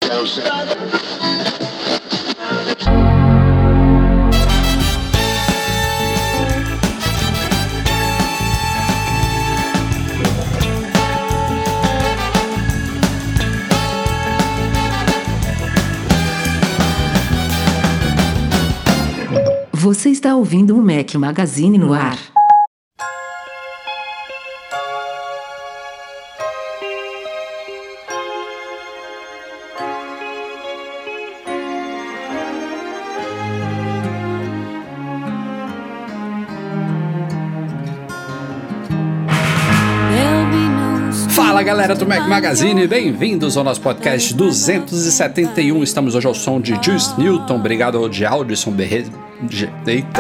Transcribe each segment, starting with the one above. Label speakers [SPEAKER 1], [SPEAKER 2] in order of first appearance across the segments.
[SPEAKER 1] Você está ouvindo o Mac Magazine no ar.
[SPEAKER 2] Fala galera do Mac Magazine, bem-vindos ao nosso podcast 271. Estamos hoje ao som de Juice Newton, obrigado ao de Aldison Berre... Eita!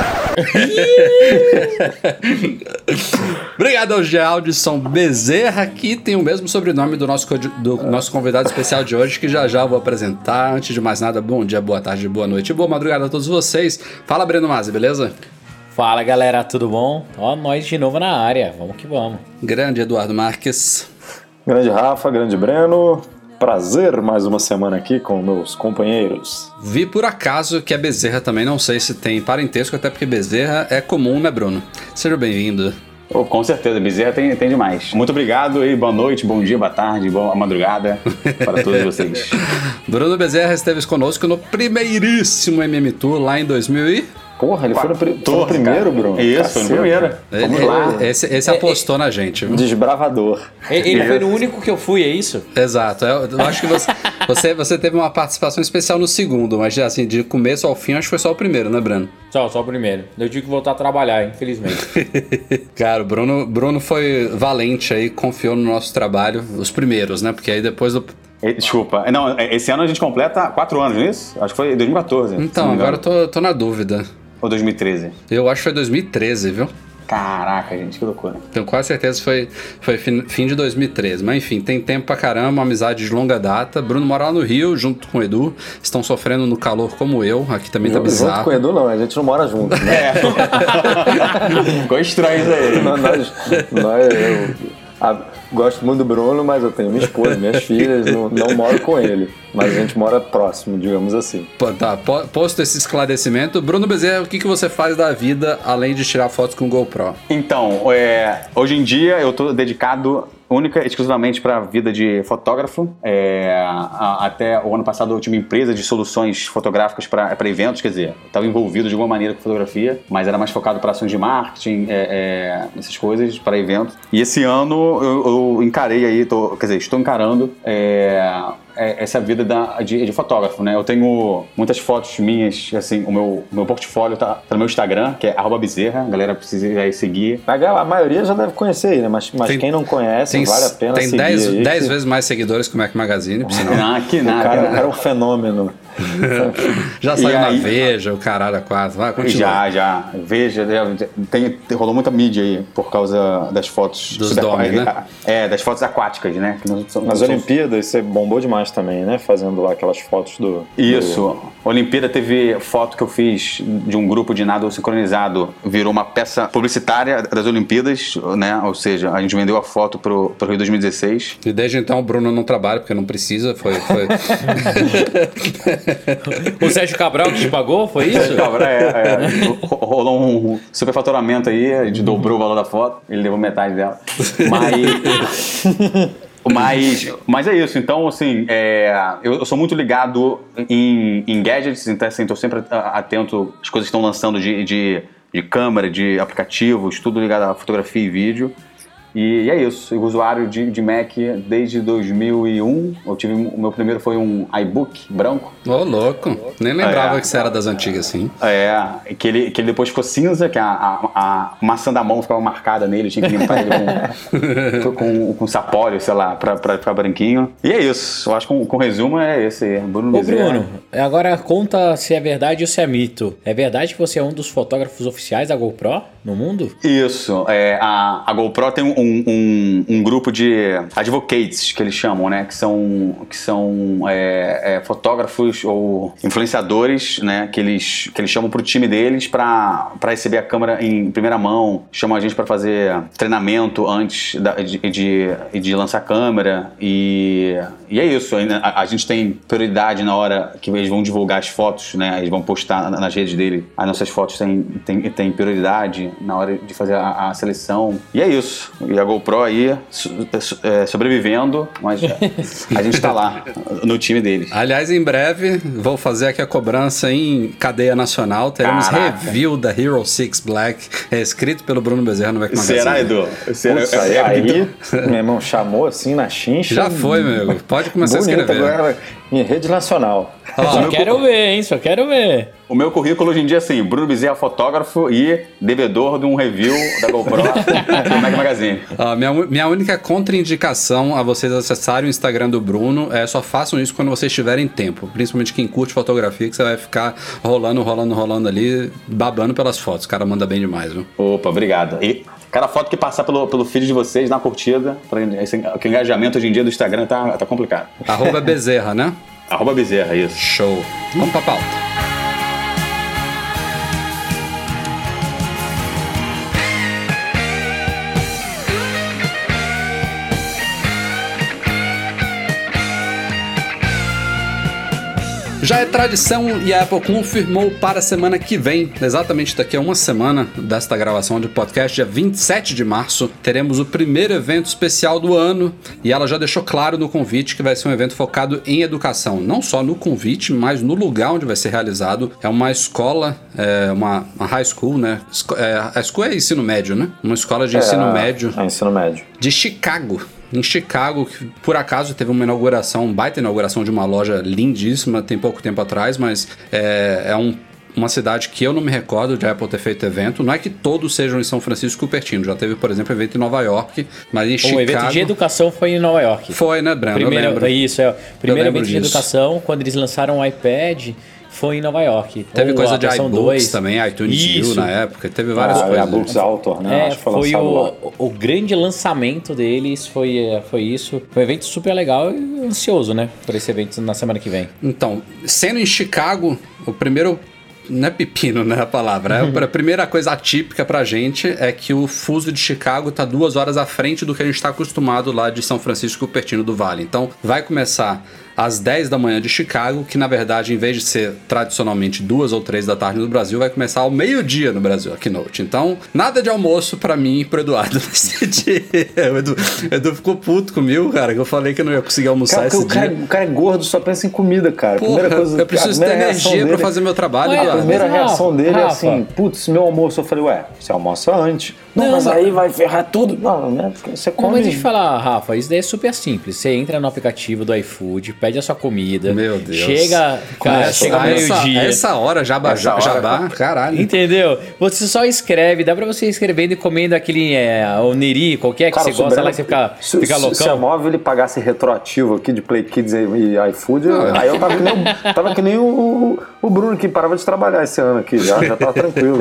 [SPEAKER 2] Obrigado ao de Aldison Bezerra, que tem o mesmo sobrenome do nosso convidado especial de hoje, que já vou apresentar. Antes de mais nada, bom dia, boa tarde, boa noite, boa madrugada a todos vocês. Fala, Breno Masi, beleza?
[SPEAKER 3] Fala galera, tudo bom? Ó, nós de novo na área, vamos que vamos.
[SPEAKER 2] Grande Eduardo Marques.
[SPEAKER 4] Grande Rafa, grande Breno. Prazer mais uma semana aqui com meus companheiros.
[SPEAKER 2] Vi por acaso que é Bezerra também, não sei se tem parentesco, até porque Bezerra é comum, né, Bruno? Seja bem-vindo.
[SPEAKER 5] Oh, com certeza, Bezerra tem demais. Muito obrigado e boa noite, bom dia, boa tarde, boa madrugada para todos vocês.
[SPEAKER 2] Bruno Bezerra esteve conosco no primeiríssimo MM Tour lá em 2000 e...
[SPEAKER 4] Porra, ele foi no primeiro, Bruno?
[SPEAKER 5] Isso, foi no primeiro. Vamos lá.
[SPEAKER 2] Esse apostou na gente, viu?
[SPEAKER 4] Desbravador.
[SPEAKER 3] Ele foi o único que eu fui, é isso?
[SPEAKER 2] Exato. Eu acho que você teve uma participação especial no segundo, mas assim, de começo ao fim, acho que foi só o primeiro, né, Bruno?
[SPEAKER 3] Só o primeiro. Eu tive que voltar a trabalhar, infelizmente.
[SPEAKER 2] Cara, o Bruno foi valente aí, confiou no nosso trabalho, os primeiros, né? Porque aí depois do...
[SPEAKER 5] Desculpa. Não, esse ano a gente completa 4 anos, não é isso? Acho que foi 2014.
[SPEAKER 2] Então, agora eu tô na dúvida.
[SPEAKER 5] Ou 2013?
[SPEAKER 2] Eu acho que foi 2013, viu?
[SPEAKER 5] Caraca, gente, que loucura.
[SPEAKER 2] Tenho quase certeza que foi fim de 2013. Mas enfim, tem tempo pra caramba, uma amizade de longa data. Bruno mora lá no Rio, junto com o Edu. Estão sofrendo no calor como eu. Aqui também tá bizarro.
[SPEAKER 4] Junto com o Edu não, a gente não mora junto, né?
[SPEAKER 5] Ficou estranho isso aí.
[SPEAKER 4] Gosto muito do Bruno, mas eu tenho minha esposa, minhas filhas, não moro com ele. Mas a gente mora próximo, digamos assim.
[SPEAKER 2] Tá, posto esse esclarecimento, Bruno Bezerra, o que você faz da vida além de tirar fotos com GoPro?
[SPEAKER 5] Então, hoje em dia eu tô dedicado única e exclusivamente para a vida de fotógrafo. Até o ano passado eu tinha uma empresa de soluções fotográficas para eventos, quer dizer, estava envolvido de alguma maneira com fotografia, mas era mais focado para ações de marketing, essas coisas, para eventos. E esse ano eu encarei aí, estou encarando essa vida de fotógrafo, né? Eu tenho muitas fotos minhas, assim, o meu portfólio tá no meu Instagram, que é @bezerra, a galera precisa ir seguir.
[SPEAKER 4] A maioria já deve conhecer aí, né? Mas quem não conhece, vale a pena seguir.
[SPEAKER 2] Tem 10 vezes mais seguidores que o Mac Magazine, por sinal.
[SPEAKER 5] Que nada.
[SPEAKER 4] O cara é um fenômeno.
[SPEAKER 2] Já saiu na Veja, o caralho, quase. Vai, continua.
[SPEAKER 5] Já. Veja, rolou muita mídia aí por causa das fotos...
[SPEAKER 2] Dos domes, né?
[SPEAKER 5] Das fotos aquáticas, né?
[SPEAKER 4] Nas Olimpíadas, você bombou demais também, né? Fazendo lá aquelas fotos do...
[SPEAKER 5] Isso. Olimpíada teve foto que eu fiz de um grupo de nado sincronizado. Virou uma peça publicitária das Olimpíadas, né? Ou seja, a gente vendeu a foto pro Rio 2016.
[SPEAKER 2] E desde então o Bruno não trabalha, porque não precisa. Foi...
[SPEAKER 3] O Sérgio Cabral que te pagou, foi isso?
[SPEAKER 5] Sérgio Cabral, rolou um superfaturamento aí, a gente dobrou o valor da foto, ele levou metade dela. Mas é isso, então assim, eu sou muito ligado em gadgets, então assim, estou sempre atento às coisas que estão lançando de câmera, de aplicativos, tudo ligado à fotografia e vídeo. E é isso, eu usuário de Mac desde 2001, o meu primeiro foi um iBook branco.
[SPEAKER 2] Ô, louco, nem lembrava que você era das antigas, assim.
[SPEAKER 5] Que ele depois ficou cinza, que a maçã da mão ficava marcada nele, tinha que limpar ele com sapólio, sei lá, pra ficar branquinho. E é isso, eu acho que com resumo é esse, Bruno Bezerra.
[SPEAKER 3] Ô Bruno, agora conta se é verdade ou se é mito. É verdade que você é um dos fotógrafos oficiais da GoPro? no mundo?
[SPEAKER 5] Isso. A GoPro tem um grupo de advocates, que eles chamam, né? Que são fotógrafos ou influenciadores, né? Que eles chamam pro time deles pra receber a câmera em primeira mão. Chamam a gente pra fazer treinamento antes de lançar a câmera. E é isso. A gente tem prioridade na hora que eles vão divulgar as fotos, né? Eles vão postar nas redes dele. As nossas fotos têm prioridade na hora de fazer a seleção. E é isso. E a GoPro aí sobrevivendo, mas a gente tá lá no time deles.
[SPEAKER 2] Aliás, em breve vou fazer aqui a cobrança em cadeia nacional. Teremos review da Hero 6 Black, escrito pelo Bruno Bezerra no Mac Magazine.
[SPEAKER 5] Será, Edu?
[SPEAKER 4] Aí, meu irmão, chamou assim na chincha.
[SPEAKER 2] Já foi, meu amigo. Pode começar a escrever.
[SPEAKER 4] Agora em rede nacional.
[SPEAKER 3] Só quero ver, hein? Só quero ver.
[SPEAKER 5] O meu currículo hoje em dia é assim, Bruno Bezerra, fotógrafo e devedor de um review da GoPro do Mac Magazine.
[SPEAKER 2] Minha única contraindicação a vocês acessarem o Instagram do Bruno é só façam isso quando vocês tiverem tempo. Principalmente quem curte fotografia, que você vai ficar rolando ali, babando pelas fotos. O cara manda bem demais, viu?
[SPEAKER 5] Opa, obrigado. E cada foto que passar pelo feed de vocês, na curtida, o engajamento hoje em dia do Instagram tá complicado.
[SPEAKER 2] @Bezerra, né?
[SPEAKER 5] @Bezerra, isso.
[SPEAKER 2] Show. Vamos pra pauta. Já é tradição e a Apple confirmou para a semana que vem, exatamente daqui a uma semana desta gravação de podcast, dia 27 de março, teremos o primeiro evento especial do ano e ela já deixou claro no convite que vai ser um evento focado em educação, não só no convite, mas no lugar onde vai ser realizado. É uma escola, uma high school, né? A school é ensino médio, né? Uma escola de ensino médio.
[SPEAKER 4] Ensino médio.
[SPEAKER 2] De Chicago. Em Chicago, que por acaso teve uma inauguração, baita inauguração de uma loja lindíssima, tem pouco tempo atrás, mas uma cidade que eu não me recordo de Apple ter feito evento. Não é que todos sejam em São Francisco e Cupertino. Já teve, por exemplo, evento em Nova York, mas em Chicago...
[SPEAKER 3] O evento de educação foi em Nova York.
[SPEAKER 2] Foi, né, Breno?
[SPEAKER 3] Primeiro evento
[SPEAKER 2] disso.
[SPEAKER 3] de educação, quando eles lançaram o iPad... Foi em Nova York.
[SPEAKER 2] Teve coisa de iBooks também, iTunes U na época. Teve várias coisas.
[SPEAKER 4] iBooks Author, né? Acho que
[SPEAKER 3] foi o grande lançamento deles, foi isso. Foi um evento super legal e ansioso, né? Por esse evento na semana que vem.
[SPEAKER 2] Então, sendo em Chicago, o primeiro... Não é pepino, né, a palavra. A primeira coisa atípica pra gente é que o fuso de Chicago tá 2 horas à frente do que a gente tá acostumado lá de São Francisco e Cupertino do Vale. Então, vai começar às 10 da manhã de Chicago, que na verdade, em vez de ser tradicionalmente 2 ou 3 da tarde no Brasil, vai começar ao meio-dia no Brasil, a Keynote. Então, nada de almoço pra mim e pro Eduardo nesse dia. O Edu ficou puto comigo, cara, que eu falei que eu não ia conseguir almoçar esse dia.
[SPEAKER 4] O cara é gordo, só pensa em comida, cara.
[SPEAKER 2] Porra, eu preciso ter energia pra fazer meu trabalho, Eduardo.
[SPEAKER 4] A primeira reação dele é assim, putz, meu almoço. Eu falei, você almoça antes. Não, mas aí vai ferrar tudo. Não, né? Você come.
[SPEAKER 3] Mas deixa eu falar, Rafa, isso daí é super simples. Você entra no aplicativo do iFood, pede a sua comida.
[SPEAKER 2] Meu Deus.
[SPEAKER 3] Chega meio-dia.
[SPEAKER 2] Essa hora, jabá, caralho.
[SPEAKER 3] Entendeu? Você só escreve, dá pra você ir escrevendo e comendo aquele o niri, qualquer que você gosta lá, que você fica loucão.
[SPEAKER 4] Se a móvel ele pagasse retroativo aqui de Play Kids e iFood, aí eu tava que nem o Bruno, que parava de trabalhar esse ano aqui, já tava tranquilo.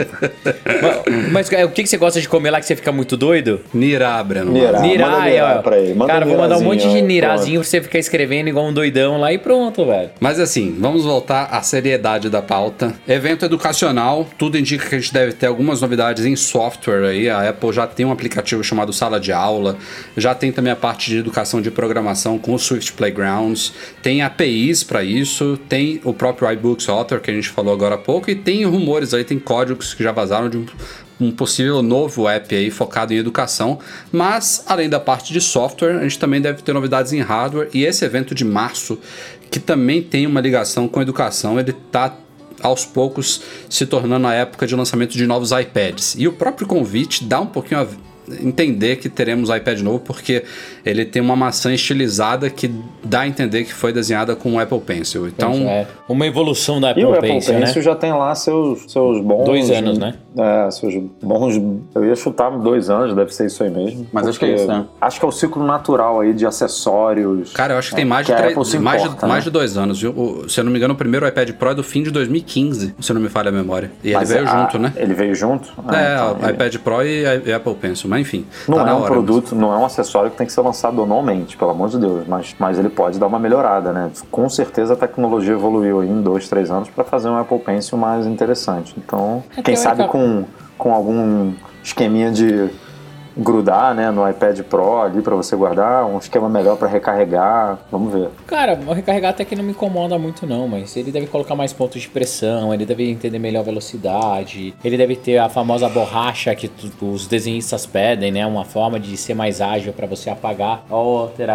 [SPEAKER 3] Mas o que você gosta de comer lá que você fica muito doido?
[SPEAKER 2] Nirá, Breno.
[SPEAKER 3] Nirá,
[SPEAKER 4] pra ele.
[SPEAKER 3] Cara, vou mandar um monte de nirazinho pra você ficar escrevendo igual um doidão lá e pronto, velho.
[SPEAKER 2] Mas assim, vamos voltar à seriedade da pauta. Evento educacional, tudo indica que a gente deve ter algumas novidades em software aí. A Apple já tem um aplicativo chamado Sala de Aula, já tem também a parte de educação de programação com o Swift Playgrounds, tem APIs para isso, tem o próprio iBooks Author que a gente falou agora há pouco e tem rumores aí, tem códigos que já vazaram de um possível novo app aí focado em educação, mas além da parte de software, a gente também deve ter novidades em hardware e esse evento de março, que também tem uma ligação com educação, ele está aos poucos se tornando a época de lançamento de novos iPads. E o próprio convite dá um pouquinho entender que teremos iPad novo, porque ele tem uma maçã estilizada que dá a entender que foi desenhada com o Apple Pencil. Então,
[SPEAKER 3] uma evolução da
[SPEAKER 4] E
[SPEAKER 3] Apple
[SPEAKER 4] o Apple
[SPEAKER 3] Pencil,
[SPEAKER 4] Pencil
[SPEAKER 3] né?
[SPEAKER 4] já tem lá seus bons...
[SPEAKER 3] 2 anos, né?
[SPEAKER 4] Seus bons... Eu ia chutar 2 anos, deve ser isso aí mesmo.
[SPEAKER 5] Mas acho que é isso, né?
[SPEAKER 4] Acho que é o ciclo natural aí de acessórios.
[SPEAKER 2] cara, eu acho que tem mais
[SPEAKER 4] que
[SPEAKER 2] de,
[SPEAKER 4] a Apple se importa,
[SPEAKER 2] mais de 2 anos, viu? Se eu não me engano, o primeiro iPad Pro é do fim de 2015, se não me falha a memória. E
[SPEAKER 4] Mas
[SPEAKER 2] ele veio junto, né?
[SPEAKER 4] Ele veio junto? Então,
[SPEAKER 2] iPad Pro e Apple Pencil, mas enfim.
[SPEAKER 4] Não
[SPEAKER 2] tá
[SPEAKER 4] é
[SPEAKER 2] na
[SPEAKER 4] um
[SPEAKER 2] hora
[SPEAKER 4] produto, não é um acessório que tem que ser lançado anualmente, pelo amor de Deus, mas ele pode dar uma melhorada, né? Com certeza a tecnologia evoluiu aí em 2, 3 anos para fazer um Apple Pencil mais interessante. Então, quem sabe com algum esqueminha de grudar, né, no iPad Pro ali para você guardar, um esquema melhor para recarregar, vamos ver.
[SPEAKER 3] Cara, o recarregar até que não me incomoda muito não, mas ele deve colocar mais pontos de pressão, ele deve entender melhor a velocidade, ele deve ter a famosa borracha que os desenhistas pedem, né, uma forma de ser mais ágil para você apagar ou ter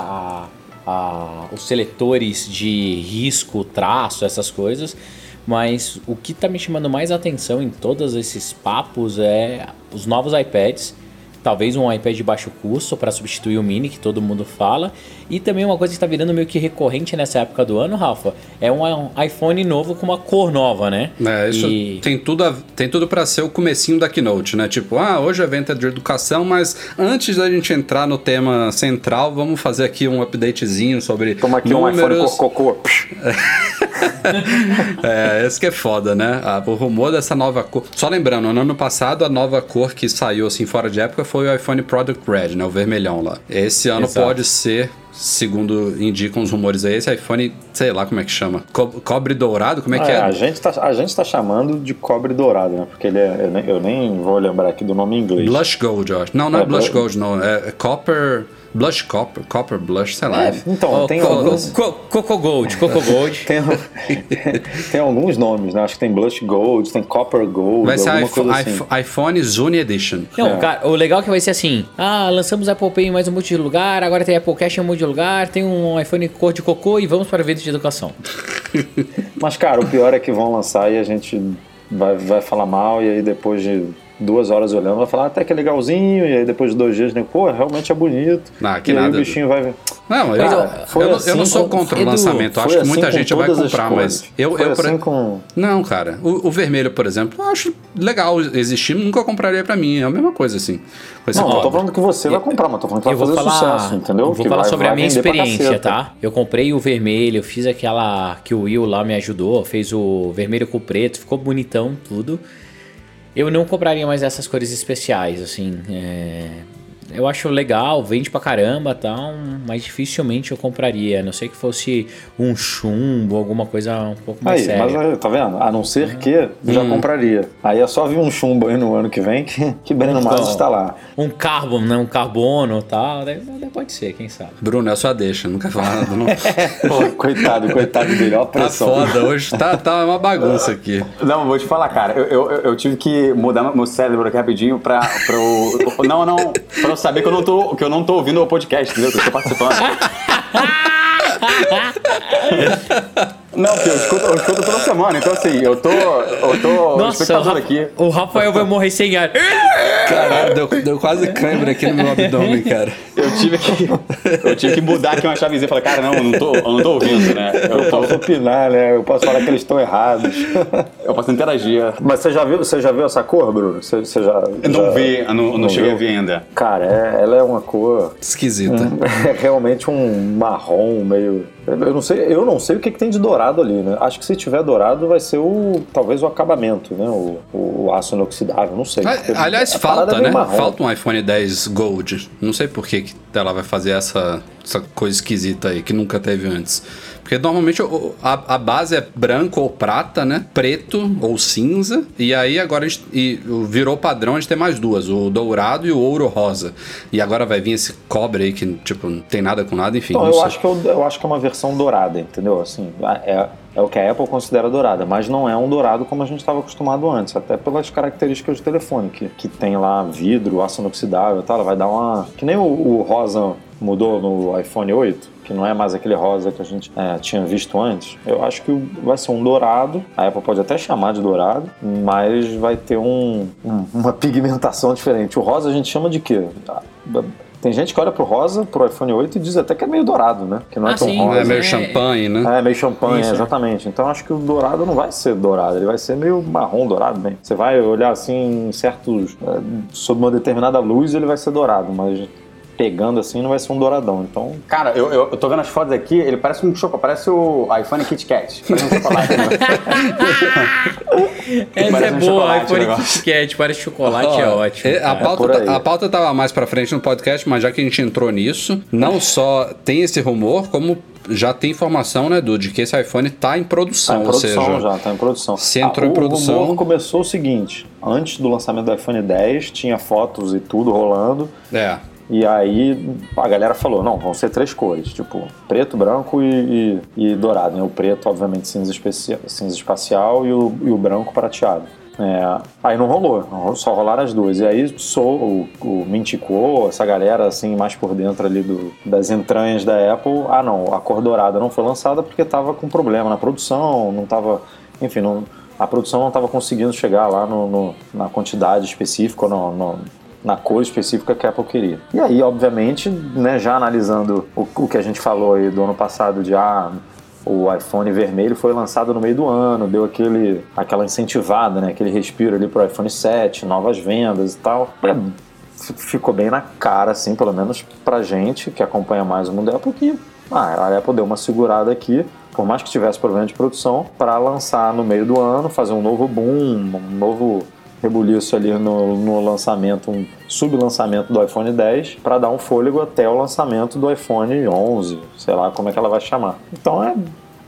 [SPEAKER 3] os seletores de risco, traço, essas coisas. Mas o que tá me chamando mais atenção em todos esses papos é os novos iPads. Talvez um iPad de baixo custo para substituir o Mini, que todo mundo fala. E também uma coisa que está virando meio que recorrente nessa época do ano, Rafa, é um iPhone novo com uma cor nova, né?
[SPEAKER 2] Isso tem tudo para ser o comecinho da Keynote, né? Tipo, hoje o evento é de educação, mas antes da gente entrar no tema central, vamos fazer aqui um updatezinho sobre
[SPEAKER 4] Toma aqui
[SPEAKER 2] números.
[SPEAKER 4] um iPhone cocô.
[SPEAKER 2] Esse que é foda, né? O rumor dessa nova cor... Só lembrando, no ano passado a nova cor que saiu assim fora de época foi o iPhone Product Red, né? O vermelhão lá. Esse ano pode ser, segundo indicam os rumores aí, esse iPhone, sei lá como é que chama. Cobre dourado? Como é que é?
[SPEAKER 4] A gente tá chamando de cobre dourado, né? Porque ele eu nem vou lembrar aqui do nome em inglês.
[SPEAKER 2] Blush Gold, eu acho. Não é Blush Gold, não. É Copper... Copper Blush, sei lá.
[SPEAKER 4] Então, tem alguns...
[SPEAKER 3] Coco Gold.
[SPEAKER 4] Tem alguns nomes, né? Acho que tem Blush Gold, tem Copper Gold,
[SPEAKER 2] vai ser
[SPEAKER 4] assim.
[SPEAKER 2] iPhone Zune Edition.
[SPEAKER 3] Não, cara, o legal é que vai ser assim, lançamos Apple Pay em mais um monte de lugar, agora tem Apple Cash em um monte de lugar, tem um iPhone cor de cocô e vamos para o evento de educação.
[SPEAKER 4] Mas, cara, o pior é que vão lançar e a gente vai falar mal e aí depois de 2 horas olhando, vai falar até que é legalzinho, e aí depois de 2 dias, né, pô, realmente é bonito.
[SPEAKER 2] Que
[SPEAKER 4] e
[SPEAKER 2] nada.
[SPEAKER 4] Aí o bichinho vai...
[SPEAKER 2] Não, eu não sou contra o lançamento, acho que muita gente vai comprar, mas... Não, cara, o vermelho, por exemplo, eu acho legal existir, nunca compraria pra mim, é a mesma coisa, assim.
[SPEAKER 4] Não tô falando que você vai comprar, mas tô falando que vai fazer sucesso, entendeu?
[SPEAKER 3] Eu vou falar sobre a minha experiência, tá? Eu comprei o vermelho, eu fiz aquela que o Will lá me ajudou, fez o vermelho com o preto, ficou bonitão, tudo. Eu não compraria mais essas cores especiais, assim, eu acho legal, vende pra caramba e tal, mas dificilmente eu compraria, a não ser que fosse um chumbo, alguma coisa um pouco mais séria.
[SPEAKER 4] Mas tá vendo? A não ser que eu já compraria. Aí é só vir um chumbo aí no ano que vem que Breno Massa está lá.
[SPEAKER 3] Um carbon, né? Um carbono e tal, pode ser, quem sabe.
[SPEAKER 2] Bruno, eu só deixa, nunca falo nada, não.
[SPEAKER 4] Pô, coitado dele, ó a pressão.
[SPEAKER 2] Tá foda, hoje tá uma bagunça aqui.
[SPEAKER 5] Não, vou te falar, cara, eu tive que mudar meu cérebro aqui rapidinho pra eu saber que eu não tô ouvindo o podcast, entendeu? Que eu tô participando. Não, porque eu escuto toda semana, então assim, eu tô espectador aqui.
[SPEAKER 3] O Rafael vai morrer sem ar.
[SPEAKER 2] Caralho, deu quase cãibra aqui no meu abdômen, cara.
[SPEAKER 5] Eu tive que mudar aqui uma chavezinha e falar, cara, eu não tô ouvindo, né?
[SPEAKER 4] Eu posso opinar, né? Eu posso falar que eles estão errados.
[SPEAKER 5] Eu posso interagir.
[SPEAKER 4] Mas você já viu essa cor, Bruno? Você já...
[SPEAKER 5] Eu não vi, não cheguei a ver ainda.
[SPEAKER 4] Cara, ela é uma cor...
[SPEAKER 2] esquisita.
[SPEAKER 4] É realmente um marrom meio... Eu não sei o que tem de dourado ali, né? Acho que se tiver dourado vai ser talvez o acabamento, né? O aço inoxidável, não sei.
[SPEAKER 2] Aliás, falta, né? Falta um iPhone X Gold. Não sei por que ela vai fazer essa coisa esquisita aí, que nunca teve antes. Porque normalmente a base é branco ou prata, né? Preto ou cinza. E aí agora virou padrão a gente ter mais duas. O dourado e o ouro rosa. E agora vai vir esse cobre aí que, tipo, não tem nada com nada, enfim.
[SPEAKER 4] Então, eu acho que é uma versão dourada, entendeu? Assim, é o que a Apple considera dourada, mas não é um dourado como a gente estava acostumado antes, até pelas características do telefone, que tem lá vidro, aço inoxidável e tal, ela vai dar uma... Que nem o rosa mudou no iPhone 8, que não é mais aquele rosa que a gente tinha visto antes, eu acho que vai ser um dourado. A Apple pode até chamar de dourado, mas vai ter uma pigmentação diferente. O rosa a gente chama de quê? Tem gente que olha pro rosa, pro iPhone 8 e diz até que é meio dourado, né? Que não é tão rosa.
[SPEAKER 2] É meio champanhe, né?
[SPEAKER 4] É, meio champanhe, exatamente. Então acho que o dourado não vai ser dourado, ele vai ser meio marrom dourado, bem. Você vai olhar assim em certos... sob uma determinada luz ele vai ser dourado, mas... pegando assim, não vai ser um douradão, então...
[SPEAKER 5] Cara, eu tô vendo as fotos aqui, ele parece um chocolate, parece o iPhone Kit Kat. Parece um chocolate, né?
[SPEAKER 3] Essa é boa, iPhone Kit Kat, parece chocolate, é ótimo.
[SPEAKER 2] A pauta tava mais pra frente no podcast, mas já que a gente entrou nisso, não só tem esse rumor, como... já tem informação, né, Edu, de que esse iPhone tá em produção.
[SPEAKER 4] Tá em produção.
[SPEAKER 2] Se entrou em produção...
[SPEAKER 4] O rumor começou o seguinte, antes do lançamento do iPhone 10, tinha fotos e tudo rolando. E aí a galera falou, não, vão ser 3 cores, tipo preto, branco e dourado, né? O preto, obviamente, cinza espacial e o branco prateado. Aí não rolou, só rolaram as duas. E aí o Mintico, essa galera assim mais por dentro ali das entranhas da Apple, não, a cor dourada não foi lançada porque tava com problema na produção, não tava, enfim, a produção não estava conseguindo chegar lá na quantidade específica, na cor específica que a Apple queria. E aí, obviamente, né, já analisando o que a gente falou aí do ano passado de o iPhone vermelho foi lançado no meio do ano, deu aquela incentivada, né, aquele respiro ali pro iPhone 7, novas vendas e tal. Ficou bem na cara, assim, pelo menos pra gente que acompanha mais o mundo Apple, que a Apple deu uma segurada aqui, por mais que tivesse problema de produção, para lançar no meio do ano, fazer um novo boom, um novo rebuliço ali no lançamento, um sublançamento do iPhone 10, para dar um fôlego até o lançamento do iPhone 11, sei lá como é que ela vai chamar. Então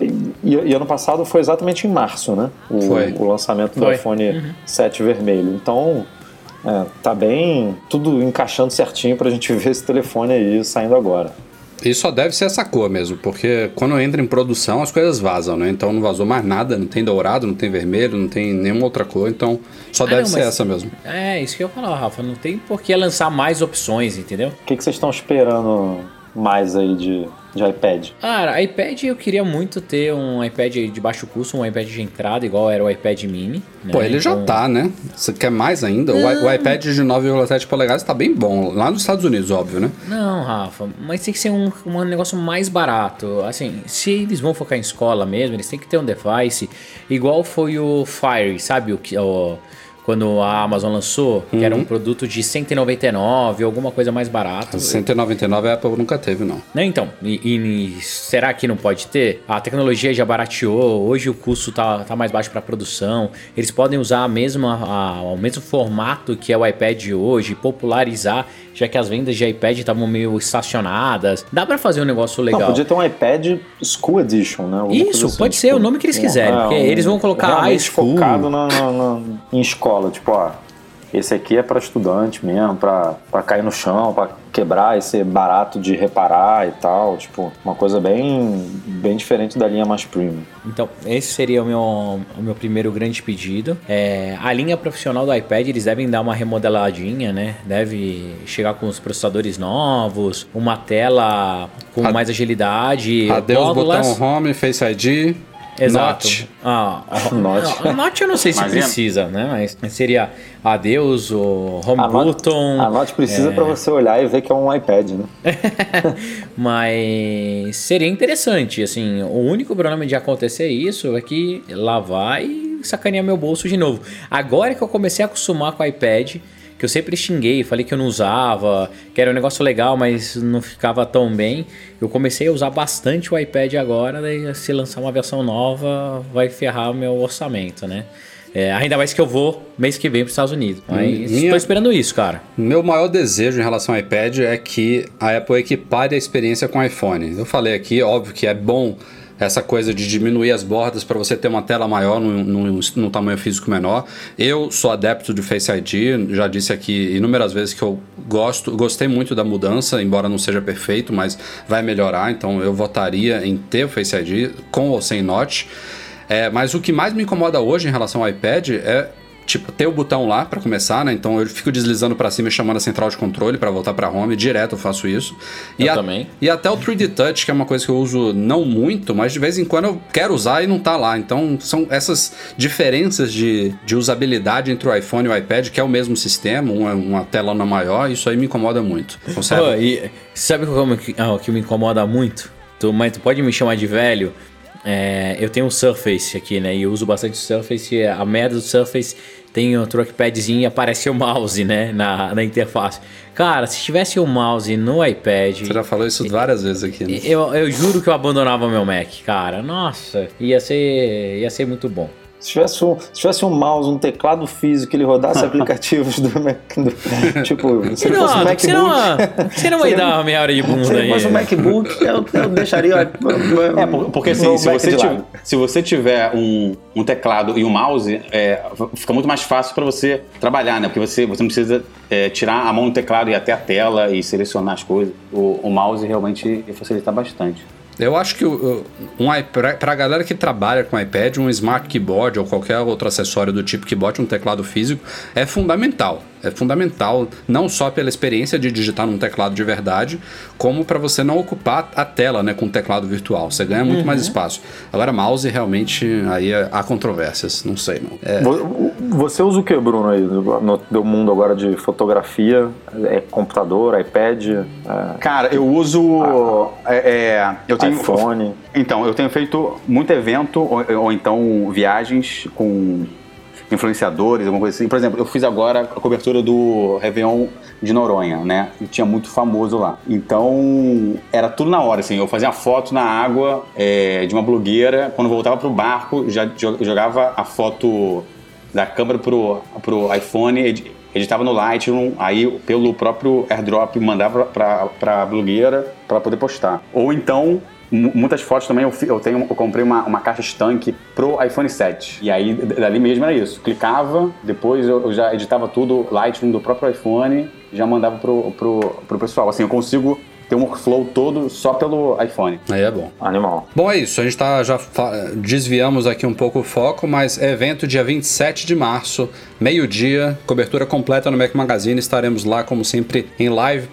[SPEAKER 4] e ano passado foi exatamente em março, né? O lançamento do iPhone 7 vermelho. Então tá bem tudo encaixando certinho pra gente ver esse telefone aí saindo agora.
[SPEAKER 2] E só deve ser essa cor mesmo, porque quando entra em produção as coisas vazam, né? Então não vazou mais nada, não tem dourado, não tem vermelho, não tem nenhuma outra cor, então só deve ser essa mesmo.
[SPEAKER 3] É, isso que eu ia falar, Rafa, não tem por que lançar mais opções, entendeu?
[SPEAKER 4] O que vocês estão esperando mais aí de iPad?
[SPEAKER 3] Cara, iPad eu queria muito ter um iPad de baixo custo, um iPad de entrada, igual era o iPad mini. Né?
[SPEAKER 2] Pô, ele já tá, né? Você quer mais ainda? O iPad de 9,7 polegadas tá bem bom, lá nos Estados Unidos, óbvio, né?
[SPEAKER 3] Não, Rafa, mas tem que ser um negócio mais barato. Assim, se eles vão focar em escola mesmo, eles têm que ter um device igual foi o Fire, sabe? Quando a Amazon lançou, que era um produto de R$199, alguma coisa mais barata.
[SPEAKER 2] R$199 a Apple nunca teve, não.
[SPEAKER 3] Não, então, e será que não pode ter? A tecnologia já barateou, hoje o custo tá mais baixo para produção, eles podem usar o mesmo formato que é o iPad de hoje, popularizar, já que as vendas de iPad estavam meio estacionadas. Dá para fazer um negócio legal.
[SPEAKER 4] Não, podia ter um iPad School Edition, né?
[SPEAKER 3] Isso, assim, pode ser o nome que eles quiserem, porque eles vão colocar iSchool.
[SPEAKER 4] Focado em escola, tipo, esse aqui é para estudante mesmo, para cair no chão, para quebrar e ser barato de reparar e tal, tipo, uma coisa bem diferente da linha mais premium.
[SPEAKER 3] Então, esse seria o meu primeiro grande pedido. A linha profissional do iPad, eles devem dar uma remodeladinha, né? Deve chegar com os processadores novos, uma tela com mais agilidade.
[SPEAKER 2] Adeus botão Home, Face ID...
[SPEAKER 3] Exato.
[SPEAKER 4] Note.
[SPEAKER 3] Note eu não sei se precisa, né? Mas seria adeus, o home button.
[SPEAKER 4] A Note precisa para você olhar e ver que é um iPad, né?
[SPEAKER 3] Mas seria interessante, assim. O único problema de acontecer isso é que lá vai sacanear meu bolso de novo. Agora que eu comecei a acostumar com o iPad, que eu sempre xinguei, falei que eu não usava, que era um negócio legal, mas não ficava tão bem. Eu comecei a usar bastante o iPad agora, daí se lançar uma versão nova vai ferrar o meu orçamento, né? Ainda mais que eu vou mês que vem para os Estados Unidos. Mas estou esperando isso, cara.
[SPEAKER 2] Meu maior desejo em relação ao iPad é que a Apple equipare a experiência com o iPhone. Eu falei aqui, óbvio que é bom essa coisa de diminuir as bordas para você ter uma tela maior num tamanho físico menor. Eu sou adepto de Face ID, já disse aqui inúmeras vezes que eu gostei muito da mudança, embora não seja perfeito, mas vai melhorar, então eu votaria em ter o Face ID com ou sem Notch. Mas o que mais me incomoda hoje em relação ao iPad é tipo, ter o botão lá pra começar, né? Então eu fico deslizando pra cima e chamando a central de controle pra voltar pra home. Direto eu faço isso.
[SPEAKER 3] Eu também.
[SPEAKER 2] E até o 3D Touch, que é uma coisa que eu uso não muito, mas de vez em quando eu quero usar e não tá lá. Então são essas diferenças de usabilidade entre o iPhone e o iPad, que é o mesmo sistema, uma telona maior, isso aí me incomoda muito.
[SPEAKER 3] E sabe o que me incomoda muito? Mas tu pode me chamar de velho. Eu tenho um Surface aqui, né? E eu uso bastante o Surface. E a merda do Surface tem um trackpadzinho e aparece o mouse, né? Na interface. Cara, se tivesse um mouse no iPad...
[SPEAKER 2] Você já falou isso várias vezes aqui, né?
[SPEAKER 3] Eu juro que eu abandonava meu Mac, cara. Nossa, ia ser muito bom.
[SPEAKER 4] Se tivesse um mouse, um teclado físico que ele rodasse aplicativos do Mac, tipo, se ele fosse um MacBook...
[SPEAKER 3] Você não vai dar uma meia hora de bunda aí.
[SPEAKER 4] Se ele fosse um MacBook, eu deixaria...
[SPEAKER 5] Porque assim, se você tiver um teclado e um mouse, fica muito mais fácil para você trabalhar, né? Porque você não precisa tirar a mão do teclado e ir até a tela e selecionar as coisas. O mouse realmente facilita bastante.
[SPEAKER 2] Eu acho que pra galera que trabalha com iPad, um Smart Keyboard ou qualquer outro acessório do tipo keyboard, um teclado físico, é fundamental. É fundamental não só pela experiência de digitar num teclado de verdade, como para você não ocupar a tela, né, com um teclado virtual. Você ganha muito mais espaço. Agora, mouse, realmente, aí há controvérsias. Não sei, não.
[SPEAKER 4] Você usa o que, Bruno, aí no mundo agora de fotografia? Computador, iPad?
[SPEAKER 5] Cara, eu uso... eu tenho
[SPEAKER 4] iPhone.
[SPEAKER 5] Então, eu tenho feito muito evento ou então viagens com influenciadores, alguma coisa assim. Por exemplo, eu fiz agora a cobertura do Réveillon de Noronha, né? E tinha muito famoso lá. Então, era tudo na hora, assim. Eu fazia foto na água de uma blogueira. Quando voltava pro barco, já jogava a foto da câmera pro iPhone, editava no Lightroom, aí pelo próprio AirDrop mandava pra blogueira para poder postar. Ou então... Muitas fotos também eu comprei uma caixa estanque pro iPhone 7. E aí, dali mesmo era isso. Clicava, depois eu já editava tudo, Lightroom do próprio iPhone, já mandava pro pessoal. Assim, eu consigo ter um workflow todo só pelo iPhone.
[SPEAKER 2] Aí é bom.
[SPEAKER 4] Animal.
[SPEAKER 2] Bom, é isso. A gente já desviamos aqui um pouco o foco, mas evento dia 27 de março, meio-dia, cobertura completa no Mac Magazine. Estaremos lá, como sempre, em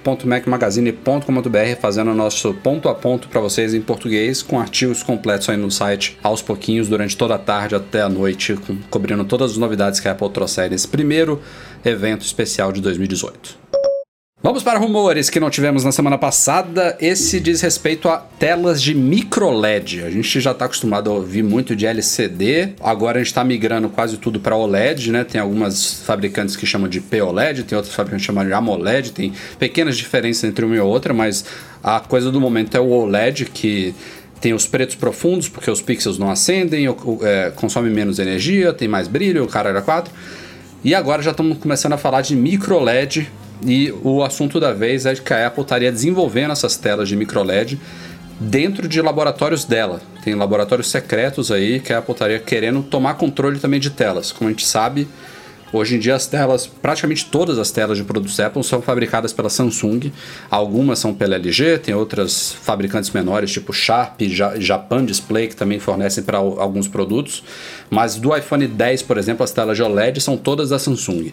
[SPEAKER 2] live.macmagazine.com.br, fazendo o nosso ponto a ponto para vocês em português, com artigos completos aí no site, aos pouquinhos, durante toda a tarde até a noite, cobrindo todas as novidades que a Apple trouxe nesse primeiro evento especial de 2018. Vamos para rumores que não tivemos na semana passada. Esse diz respeito a telas de microLED. A gente já está acostumado a ouvir muito de LCD. Agora a gente está migrando quase tudo para OLED, né? Tem algumas fabricantes que chamam de POLED, tem outros fabricantes que chamam de AMOLED. Tem pequenas diferenças entre uma e outra, mas a coisa do momento é o OLED, que tem os pretos profundos, porque os pixels não acendem, consome menos energia, tem mais brilho, o cara era 4. E agora já estamos começando a falar de microLED. E o assunto da vez é que a Apple estaria desenvolvendo essas telas de microLED dentro de laboratórios dela. Tem laboratórios secretos aí que a Apple estaria querendo tomar controle também de telas. Como a gente sabe, hoje em dia as telas, praticamente todas as telas de produtos Apple são fabricadas pela Samsung. Algumas são pela LG, tem outras fabricantes menores, tipo Sharp, Japan Display, que também fornecem para alguns produtos. Mas do iPhone X, por exemplo, as telas de OLED são todas da Samsung.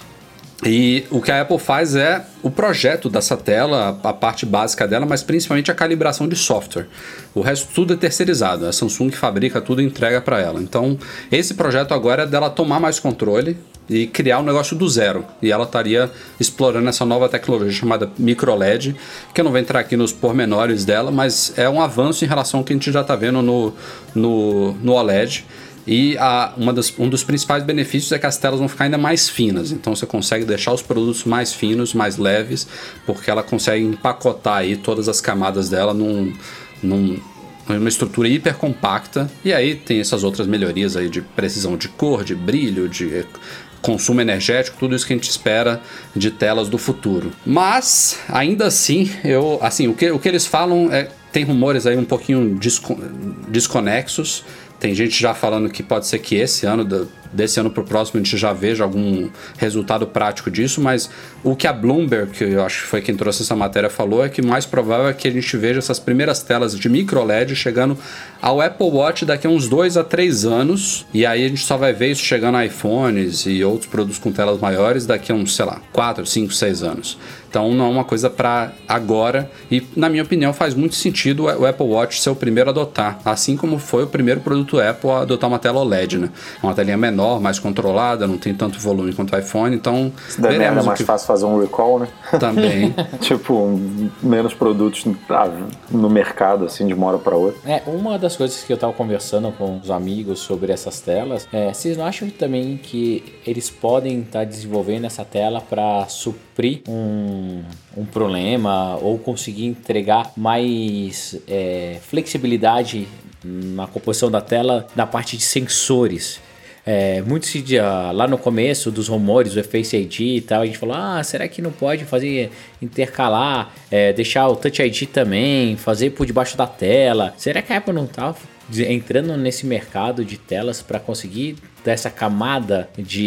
[SPEAKER 2] E o que a Apple faz é o projeto dessa tela, a parte básica dela, mas principalmente a calibração de software. O resto tudo é terceirizado, a Samsung fabrica tudo e entrega para ela. Então, esse projeto agora é dela tomar mais controle e criar um negócio do zero. E ela estaria explorando essa nova tecnologia chamada microLED, que eu não vou entrar aqui nos pormenores dela, mas é um avanço em relação ao que a gente já está vendo no OLED. E um dos principais benefícios é que as telas vão ficar ainda mais finas. Então você consegue deixar os produtos mais finos, mais leves, porque ela consegue empacotar aí todas as camadas dela numa estrutura hiper compacta. E aí tem essas outras melhorias aí de precisão de cor, de brilho, de consumo energético, tudo isso que a gente espera de telas do futuro. Mas, ainda assim, o que eles falam tem rumores aí um pouquinho desconexos, Tem gente já falando que pode ser que desse ano pro próximo a gente já veja algum resultado prático disso, mas o que a Bloomberg, que eu acho que foi quem trouxe essa matéria, falou é que o mais provável é que a gente veja essas primeiras telas de micro LED chegando ao Apple Watch daqui a uns 2 a 3 anos, e aí a gente só vai ver isso chegando a iPhones e outros produtos com telas maiores daqui a uns, 4, 5, 6 anos. Então não é uma coisa para agora, e na minha opinião faz muito sentido o Apple Watch ser o primeiro a adotar, assim como foi o primeiro produto Apple a adotar uma tela OLED, né? Uma telinha menor, mais controlada, não tem tanto volume quanto o iPhone, então...
[SPEAKER 4] Se der merda, é mais fácil fazer um recall, né?
[SPEAKER 2] Também.
[SPEAKER 4] Tipo, menos produtos no mercado, assim, de uma hora para outra.
[SPEAKER 3] Uma das coisas que eu tava conversando com os amigos sobre essas telas, vocês não acham também que eles podem estar desenvolvendo essa tela para suprir um problema ou conseguir entregar mais flexibilidade na composição da tela na parte de sensores? Muito lá no começo dos rumores do Face ID e tal, a gente falou, será que não pode fazer intercalar, deixar o Touch ID também, fazer por debaixo da tela? Será que a Apple não tá entrando nesse mercado de telas para conseguir dar essa camada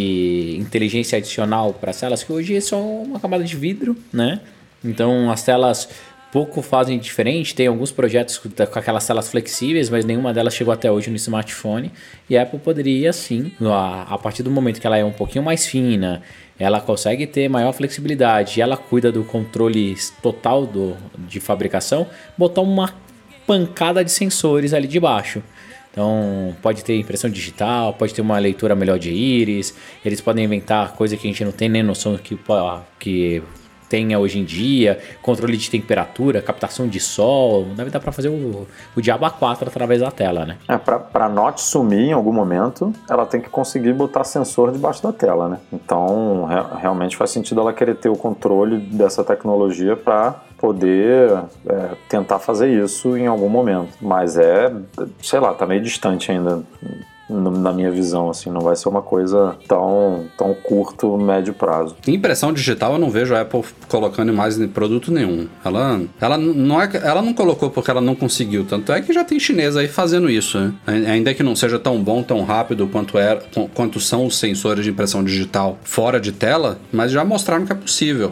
[SPEAKER 3] de inteligência adicional para as telas, que hoje é só uma camada de vidro, né? Então as telas pouco fazem diferente, tem alguns projetos com aquelas telas flexíveis, mas nenhuma delas chegou até hoje no smartphone, e a Apple poderia sim, a partir do momento que ela é um pouquinho mais fina, ela consegue ter maior flexibilidade e ela cuida do controle total de fabricação, botar uma pancada de sensores ali de baixo. Então pode ter impressão digital, pode ter uma leitura melhor de íris, eles podem inventar coisa que a gente não tem nem noção que tenha hoje em dia, controle de temperatura, captação de sol, deve dar para fazer o diabo A4 através da tela, né?
[SPEAKER 4] Para Note sumir em algum momento, ela tem que conseguir botar sensor debaixo da tela, né? Então realmente faz sentido ela querer ter o controle dessa tecnologia para poder tentar fazer isso em algum momento, mas sei lá, tá meio distante ainda na minha visão, assim, não vai ser uma coisa tão curto, médio prazo.
[SPEAKER 2] Impressão digital eu não vejo a Apple colocando mais em produto nenhum. Ela não colocou porque ela não conseguiu, tanto é que já tem chinês aí fazendo isso, né? Ainda que não seja tão bom, tão rápido quanto são os sensores de impressão digital fora de tela, mas já mostraram que é possível.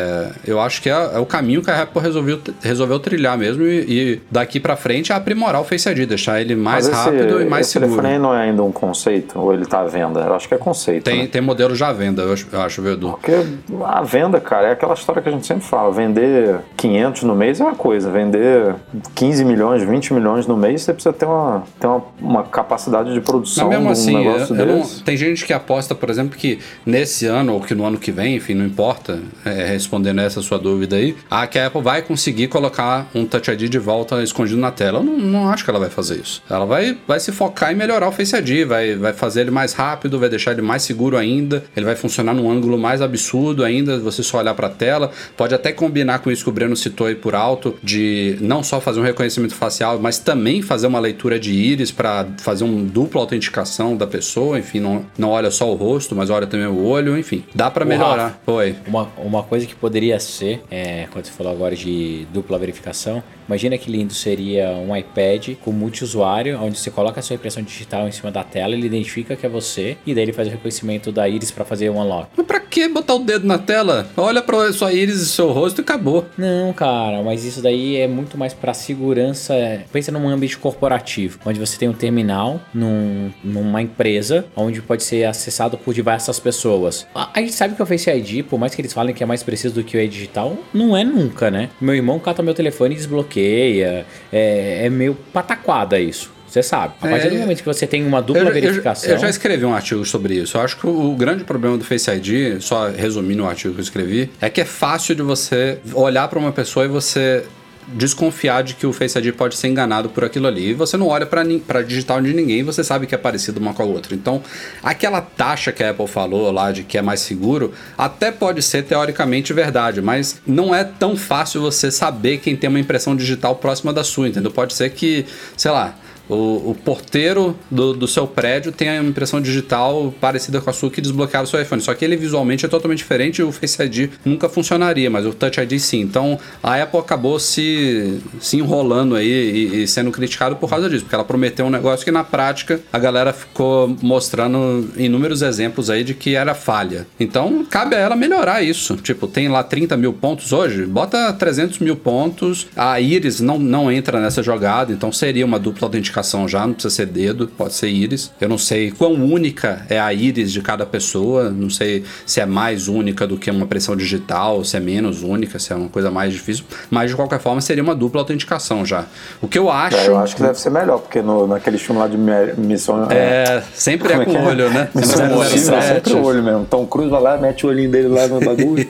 [SPEAKER 2] Eu acho que é o caminho que a Apple resolveu trilhar mesmo, e daqui pra frente é aprimorar o Face ID, deixar ele mais rápido e mais seguro.
[SPEAKER 4] Esse telefone não é ainda um conceito? Ou ele tá à venda? Eu acho que é conceito.
[SPEAKER 2] Tem modelo já à venda, eu acho, Edu.
[SPEAKER 4] Porque a venda, cara, é aquela história que a gente sempre fala. Vender 500 no mês é uma coisa. Vender 15 milhões, 20 milhões no mês, você precisa ter uma capacidade de produção de um negócio desse.
[SPEAKER 2] Tem gente que aposta, por exemplo, que nesse ano ou que no ano que vem, enfim, não importa, respondendo essa sua dúvida aí, que a Apple vai conseguir colocar um Touch ID de volta escondido na tela. Eu não acho que ela vai fazer isso. Ela vai se focar em melhorar o Face ID, vai fazer ele mais rápido, vai deixar ele mais seguro ainda, ele vai funcionar num ângulo mais absurdo ainda, você só olhar pra tela, pode até combinar com isso que o Breno citou aí por alto, de não só fazer um reconhecimento facial, mas também fazer uma leitura de íris para fazer uma dupla autenticação da pessoa, enfim, não olha só o rosto, mas olha também o olho, enfim, dá pra melhorar. Oi.
[SPEAKER 3] Uma coisa que poderia ser, quando você falou agora de dupla verificação, imagina que lindo seria um iPad com multiusuário, onde você coloca a sua impressão digital em cima da tela, ele identifica que é você, e daí ele faz o reconhecimento da íris para fazer o unlock.
[SPEAKER 2] Mas pra que botar o dedo na tela? Olha pra sua íris e seu rosto e acabou.
[SPEAKER 3] Não, cara, mas isso daí é muito mais pra segurança. Pensa num ambiente corporativo, onde você tem um terminal numa empresa, onde pode ser acessado por diversas pessoas. A gente sabe que o Face ID, por mais que eles falem que é mais preciso do que o e-digital, não é nunca, né? Meu irmão cata meu telefone e desbloqueia. É meio pataquada isso. Você sabe. A partir do momento que você tem uma dupla verificação...
[SPEAKER 2] Eu já escrevi um artigo sobre isso. Eu acho que o grande problema do Face ID, só resumindo o artigo que eu escrevi, é que é fácil de você olhar para uma pessoa e você desconfiar de que o Face ID pode ser enganado por aquilo ali. E você não olha para digital de ninguém, você sabe que é parecido uma com a outra. Então, aquela taxa que a Apple falou lá de que é mais seguro, até pode ser teoricamente verdade, mas não é tão fácil você saber quem tem uma impressão digital próxima da sua, entendeu? Pode ser que, sei lá, o porteiro do seu prédio tem a impressão digital parecida com a sua que desbloqueava o seu iPhone. Só que ele visualmente é totalmente diferente e o Face ID nunca funcionaria, mas o Touch ID sim. Então a Apple acabou se enrolando aí e sendo criticado por causa disso, porque ela prometeu um negócio que na prática a galera ficou mostrando inúmeros exemplos aí de que era falha. Então cabe a ela melhorar isso. Tipo, tem lá 30 mil pontos hoje, bota 300 mil pontos. A Iris não entra nessa jogada, então seria uma dupla autenticação já, não precisa ser dedo, pode ser Iris. Eu não sei quão única é a Iris de cada pessoa, não sei se é mais única do que uma impressão digital, se é menos única, se é uma coisa mais difícil, mas de qualquer forma seria uma dupla autenticação já. O que eu acho...
[SPEAKER 4] eu acho que deve ser melhor, porque naquele filme lá de missão...
[SPEAKER 2] sempre é com o olho, né?
[SPEAKER 4] Sempre o olho mesmo. Tom Cruise vai lá, mete o olhinho dele lá no bagulho.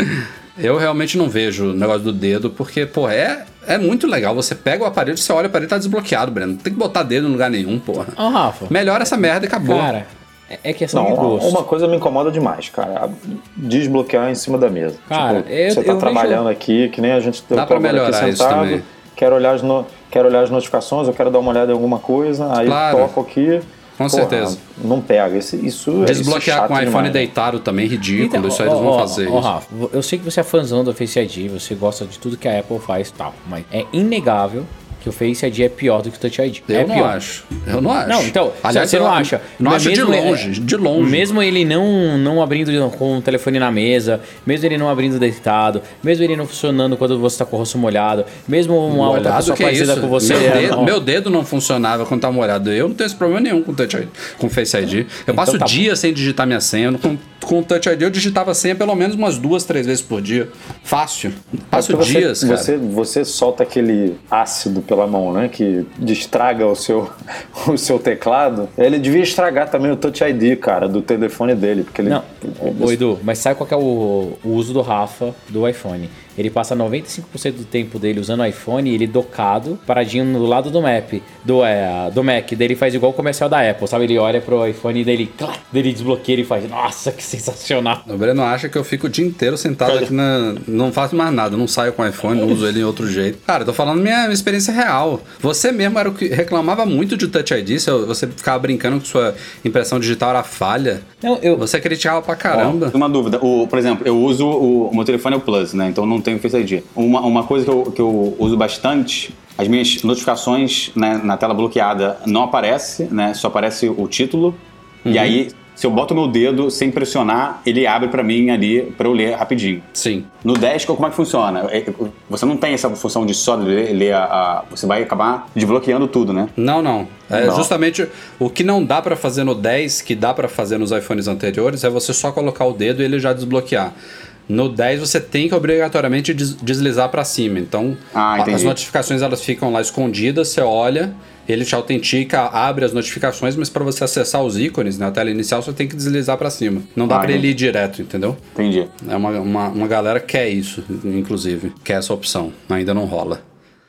[SPEAKER 2] Eu realmente não vejo o negócio do dedo, porque, pô, é muito legal. Você pega o aparelho, você olha o aparelho, tá desbloqueado, Breno. Não tem que botar dedo em lugar nenhum, porra.
[SPEAKER 3] Rafa.
[SPEAKER 2] Melhora essa merda e acabou.
[SPEAKER 3] Cara, é questão de gosto.
[SPEAKER 4] Uma coisa me incomoda demais, cara. Desbloquear em cima da mesa.
[SPEAKER 3] Cara,
[SPEAKER 4] tipo, você tá trabalhando aqui, que nem a gente...
[SPEAKER 2] Dá pra melhorar isso também.
[SPEAKER 4] Quero olhar as notificações, eu quero dar uma olhada em alguma coisa, aí toco aqui...
[SPEAKER 2] Com certeza.
[SPEAKER 4] Não pega. Isso
[SPEAKER 2] desbloquear com o iPhone deitado também, ridículo. Então, isso aí eles vão fazer.
[SPEAKER 3] Rafa, eu sei que você é fãzão do Face ID, você gosta de tudo que a Apple faz e tal, mas é inegável que o Face ID é pior do que o Touch ID.
[SPEAKER 2] Eu não acho.
[SPEAKER 3] Não, então, aliás, você não acha?
[SPEAKER 2] Não acho de longe.
[SPEAKER 3] Mesmo ele não abrindo com o telefone na mesa, mesmo ele não abrindo deitado, mesmo ele não funcionando quando você tá com o rosto molhado, mesmo uma outra pessoa parecida com você...
[SPEAKER 2] Meu dedo não funcionava quando tá molhado. Eu não tenho esse problema nenhum com o Face ID. Eu passo dias sem digitar minha senha. Com o Touch ID eu digitava a senha pelo menos umas 2, 3 vezes por dia. Fácil. Passo dias, cara.
[SPEAKER 4] Você solta aquele ácido pela mão, né? Que destraga o seu teclado. Ele devia estragar também o Touch ID, cara, do telefone dele. Porque ele...
[SPEAKER 3] Ô, Edu, mas sabe qual que é o uso do Rafa do iPhone? Ele passa 95% do tempo dele usando o iPhone, ele docado, paradinho no lado do Mac, do Mac. Daí ele faz igual o comercial da Apple, sabe? Ele olha pro iPhone e daí ele desbloqueia e faz, nossa, que sensacional.
[SPEAKER 2] O Breno acha que eu fico o dia inteiro sentado aqui não faço mais nada, não saio com o iPhone, não uso ele em outro jeito. Cara, eu tô falando minha experiência real. Você mesmo era o que reclamava muito de Touch ID, você ficava brincando que sua impressão digital era falha. Você criticava pra caramba.
[SPEAKER 5] Uma dúvida, por exemplo, eu uso o meu telefone é o Plus, né? Então não tenho Face ID. Uma coisa que eu uso bastante, as minhas notificações, né, na tela bloqueada não aparece, né? Só aparece o título. E aí, se eu boto o meu dedo sem pressionar, ele abre pra mim ali pra eu ler rapidinho.
[SPEAKER 2] Sim.
[SPEAKER 5] No Dash, como é que funciona? Você não tem essa função de só ler você vai acabar desbloqueando tudo, né?
[SPEAKER 2] Não. Justamente o que não dá pra fazer no 10, que dá pra fazer nos iPhones anteriores, é você só colocar o dedo e ele já desbloquear. No 10 você tem que obrigatoriamente deslizar para cima. Então as notificações elas ficam lá escondidas, você olha, ele te autentica, abre as notificações, mas para você acessar os ícones na tela inicial você tem que deslizar para cima. Não dá para ele ir direto, entendeu?
[SPEAKER 5] Entendi.
[SPEAKER 2] É uma galera que quer isso, inclusive, quer essa opção. Ainda não rola.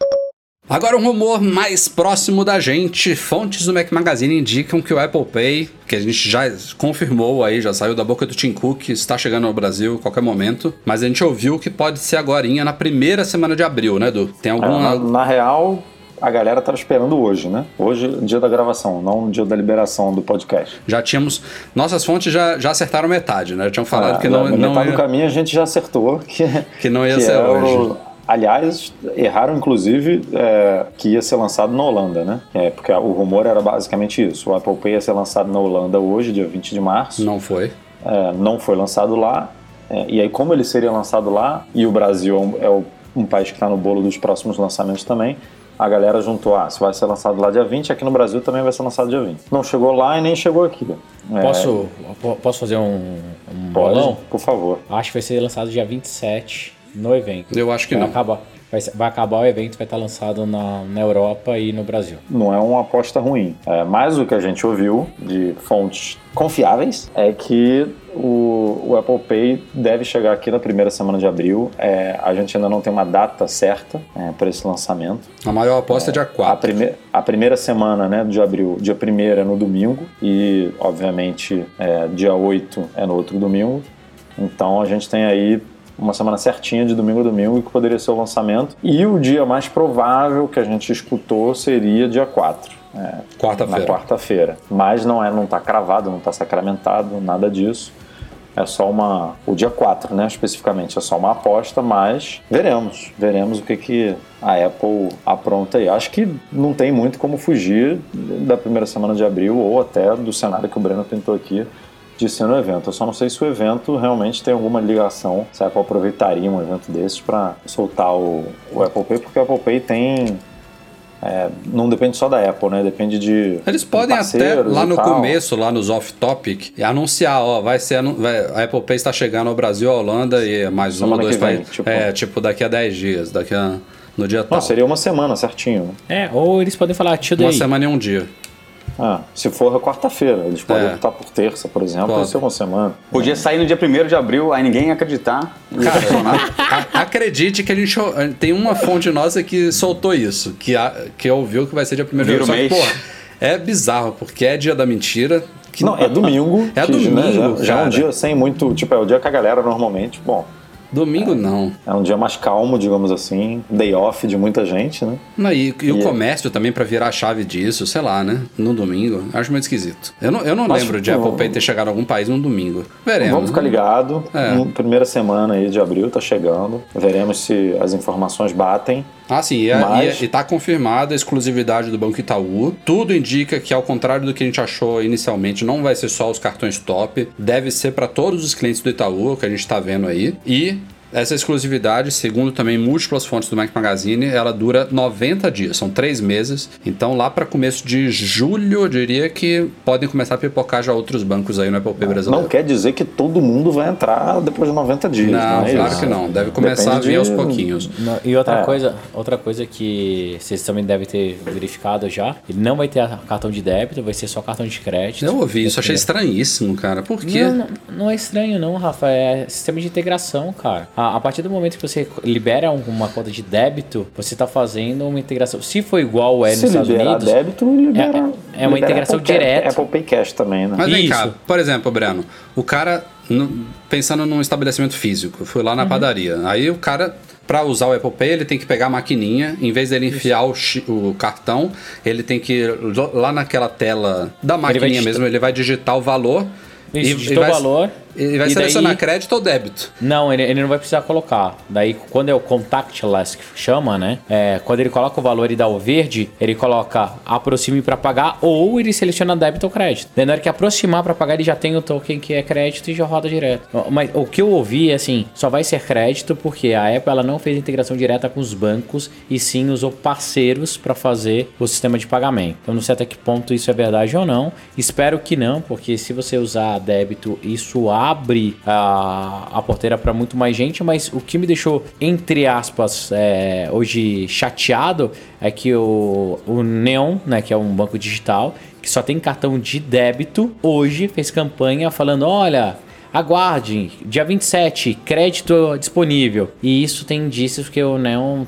[SPEAKER 2] Agora um rumor mais próximo da gente. Fontes do Mac Magazine indicam que o Apple Pay, que a gente já confirmou aí, já saiu da boca do Tim Cook, está chegando ao Brasil a qualquer momento, mas a gente ouviu que pode ser agorinha na primeira semana de abril, né, Edu? Tem alguma...
[SPEAKER 4] Na real, a galera estava esperando hoje, né? Hoje, dia da gravação, não o dia da liberação do podcast.
[SPEAKER 2] Já tínhamos... Nossas fontes já acertaram metade, né? Já tinham falado que não
[SPEAKER 4] metade
[SPEAKER 2] ia...
[SPEAKER 4] do caminho a gente já acertou
[SPEAKER 2] que não ia ser hoje.
[SPEAKER 4] Aliás, erraram inclusive que ia ser lançado na Holanda, né? Porque o rumor era basicamente isso. O Apple Pay ia ser lançado na Holanda hoje, dia 20 de março.
[SPEAKER 2] Não foi.
[SPEAKER 4] Não foi lançado lá. E aí, como ele seria lançado lá, e o Brasil é um país que está no bolo dos próximos lançamentos também, a galera juntou, se vai ser lançado lá dia 20, aqui no Brasil também vai ser lançado dia 20. Não chegou lá e nem chegou aqui.
[SPEAKER 3] Posso fazer um
[SPEAKER 4] bolão? Por favor.
[SPEAKER 3] Acho que vai ser lançado dia 27 no evento.
[SPEAKER 2] Eu acho que não.
[SPEAKER 3] Vai acabar o evento, vai estar lançado na Europa e no Brasil.
[SPEAKER 4] Não é uma aposta ruim. Mas o que a gente ouviu de fontes confiáveis é que o Apple Pay deve chegar aqui na primeira semana de abril. A gente ainda não tem uma data certa para esse lançamento.
[SPEAKER 2] A maior aposta é dia 4.
[SPEAKER 4] A primeira semana, né, de abril, dia 1º é no domingo e, obviamente, dia 8 é no outro domingo. Então a gente tem aí uma semana certinha de domingo a domingo que poderia ser o lançamento. E o dia mais provável que a gente escutou seria dia 4.
[SPEAKER 2] Quarta-feira.
[SPEAKER 4] Na quarta-feira. Mas não está cravado, não está sacramentado, nada disso. É só o dia 4, né, especificamente, é só uma aposta, mas veremos o que a Apple apronta aí. Acho que não tem muito como fugir da primeira semana de abril ou até do cenário que o Breno pintou aqui de ser no evento. Eu só não sei se o evento realmente tem alguma ligação, se a Apple aproveitaria um evento desses para soltar o Apple Pay, porque o Apple Pay tem... não depende só da Apple, né? Depende de
[SPEAKER 2] Eles podem até, lá no começo, lá nos off-topic, anunciar, a Apple Pay está chegando ao Brasil, à Holanda e mais um ou dois países. Tipo daqui a 10 dias, no dia tal.
[SPEAKER 4] Seria uma semana certinho.
[SPEAKER 3] Ou eles podem falar today.
[SPEAKER 2] Uma semana e um dia.
[SPEAKER 4] Se for quarta-feira, eles podem optar por terça, por exemplo, pode ser uma semana.
[SPEAKER 5] Podia sair no dia 1º de abril, aí ninguém ia acreditar.
[SPEAKER 2] Cara, acredite que a gente tem uma fonte nossa que soltou isso, que ouviu que vai ser dia 1º de abril. Só que, porra, é bizarro, porque é dia da mentira.
[SPEAKER 4] Não, é domingo.
[SPEAKER 2] É domingo,
[SPEAKER 4] né, já é um dia sem muito... Tipo, é o dia que a galera normalmente... Bom...
[SPEAKER 2] Domingo não.
[SPEAKER 4] É um dia mais calmo, digamos assim. Day off de muita gente, né?
[SPEAKER 2] E o comércio também pra virar a chave disso, sei lá, né? No domingo. Acho muito esquisito. Eu não lembro de Apple Pay ter chegado a algum país no domingo. Veremos.
[SPEAKER 4] Vamos ficar ligado. Primeira semana aí de abril tá chegando. Veremos se as informações batem.
[SPEAKER 2] Sim, e tá confirmada a exclusividade do Banco Itaú. Tudo indica que, ao contrário do que a gente achou inicialmente, não vai ser só os cartões top. Deve ser para todos os clientes do Itaú, que a gente tá vendo aí. E essa exclusividade, segundo também múltiplas fontes do Mac Magazine, ela dura 90 dias, são 3 meses. Então lá para começo de julho, eu diria que podem começar a pipocar já outros bancos aí no Apple Pay brasileiro.
[SPEAKER 4] Não quer dizer que todo mundo vai entrar depois de 90 dias.
[SPEAKER 2] Não, claro que não. Deve começar a vir aos pouquinhos.
[SPEAKER 3] E outra coisa que vocês também devem ter verificado já, ele não vai ter cartão de débito, vai ser só cartão de crédito.
[SPEAKER 2] Eu ouvi isso, achei estranhíssimo, cara. Por quê?
[SPEAKER 3] Não é estranho não, Rafa, é sistema de integração, cara. A partir do momento que você libera uma conta de débito, você está fazendo uma integração. Se for igual nos Estados Unidos...
[SPEAKER 4] débito,
[SPEAKER 3] é uma integração direta.
[SPEAKER 4] Apple Pay Cash também, né?
[SPEAKER 2] Mas vem cá, por exemplo, Breno, o cara, pensando num estabelecimento físico, foi lá na padaria. Aí o cara, para usar o Apple Pay, ele tem que pegar a maquininha, em vez dele enfiar o cartão, ele tem que ir lá naquela tela da maquininha mesmo, ele vai digitar o valor...
[SPEAKER 3] Digitou o valor.
[SPEAKER 2] Ele vai selecionar crédito ou débito?
[SPEAKER 3] Não, ele não vai precisar colocar. Daí, quando é o contactless que chama, né? Quando ele coloca o valor e dá o verde, ele coloca aproxime para pagar ou ele seleciona débito ou crédito. Daí, na hora que aproximar para pagar, ele já tem o token que é crédito e já roda direto. Mas o que eu ouvi é assim, só vai ser crédito porque a Apple ela não fez integração direta com os bancos e sim usou parceiros para fazer o sistema de pagamento. Eu não sei até que ponto isso é verdade ou não. Espero que não, porque se você usar débito, isso abre a porteira para muito mais gente, mas o que me deixou, entre aspas, hoje chateado é que o Neon, né, que é um banco digital, que só tem cartão de débito, hoje fez campanha falando, olha... Aguarde, dia 27, crédito disponível. E isso tem indícios que o Neon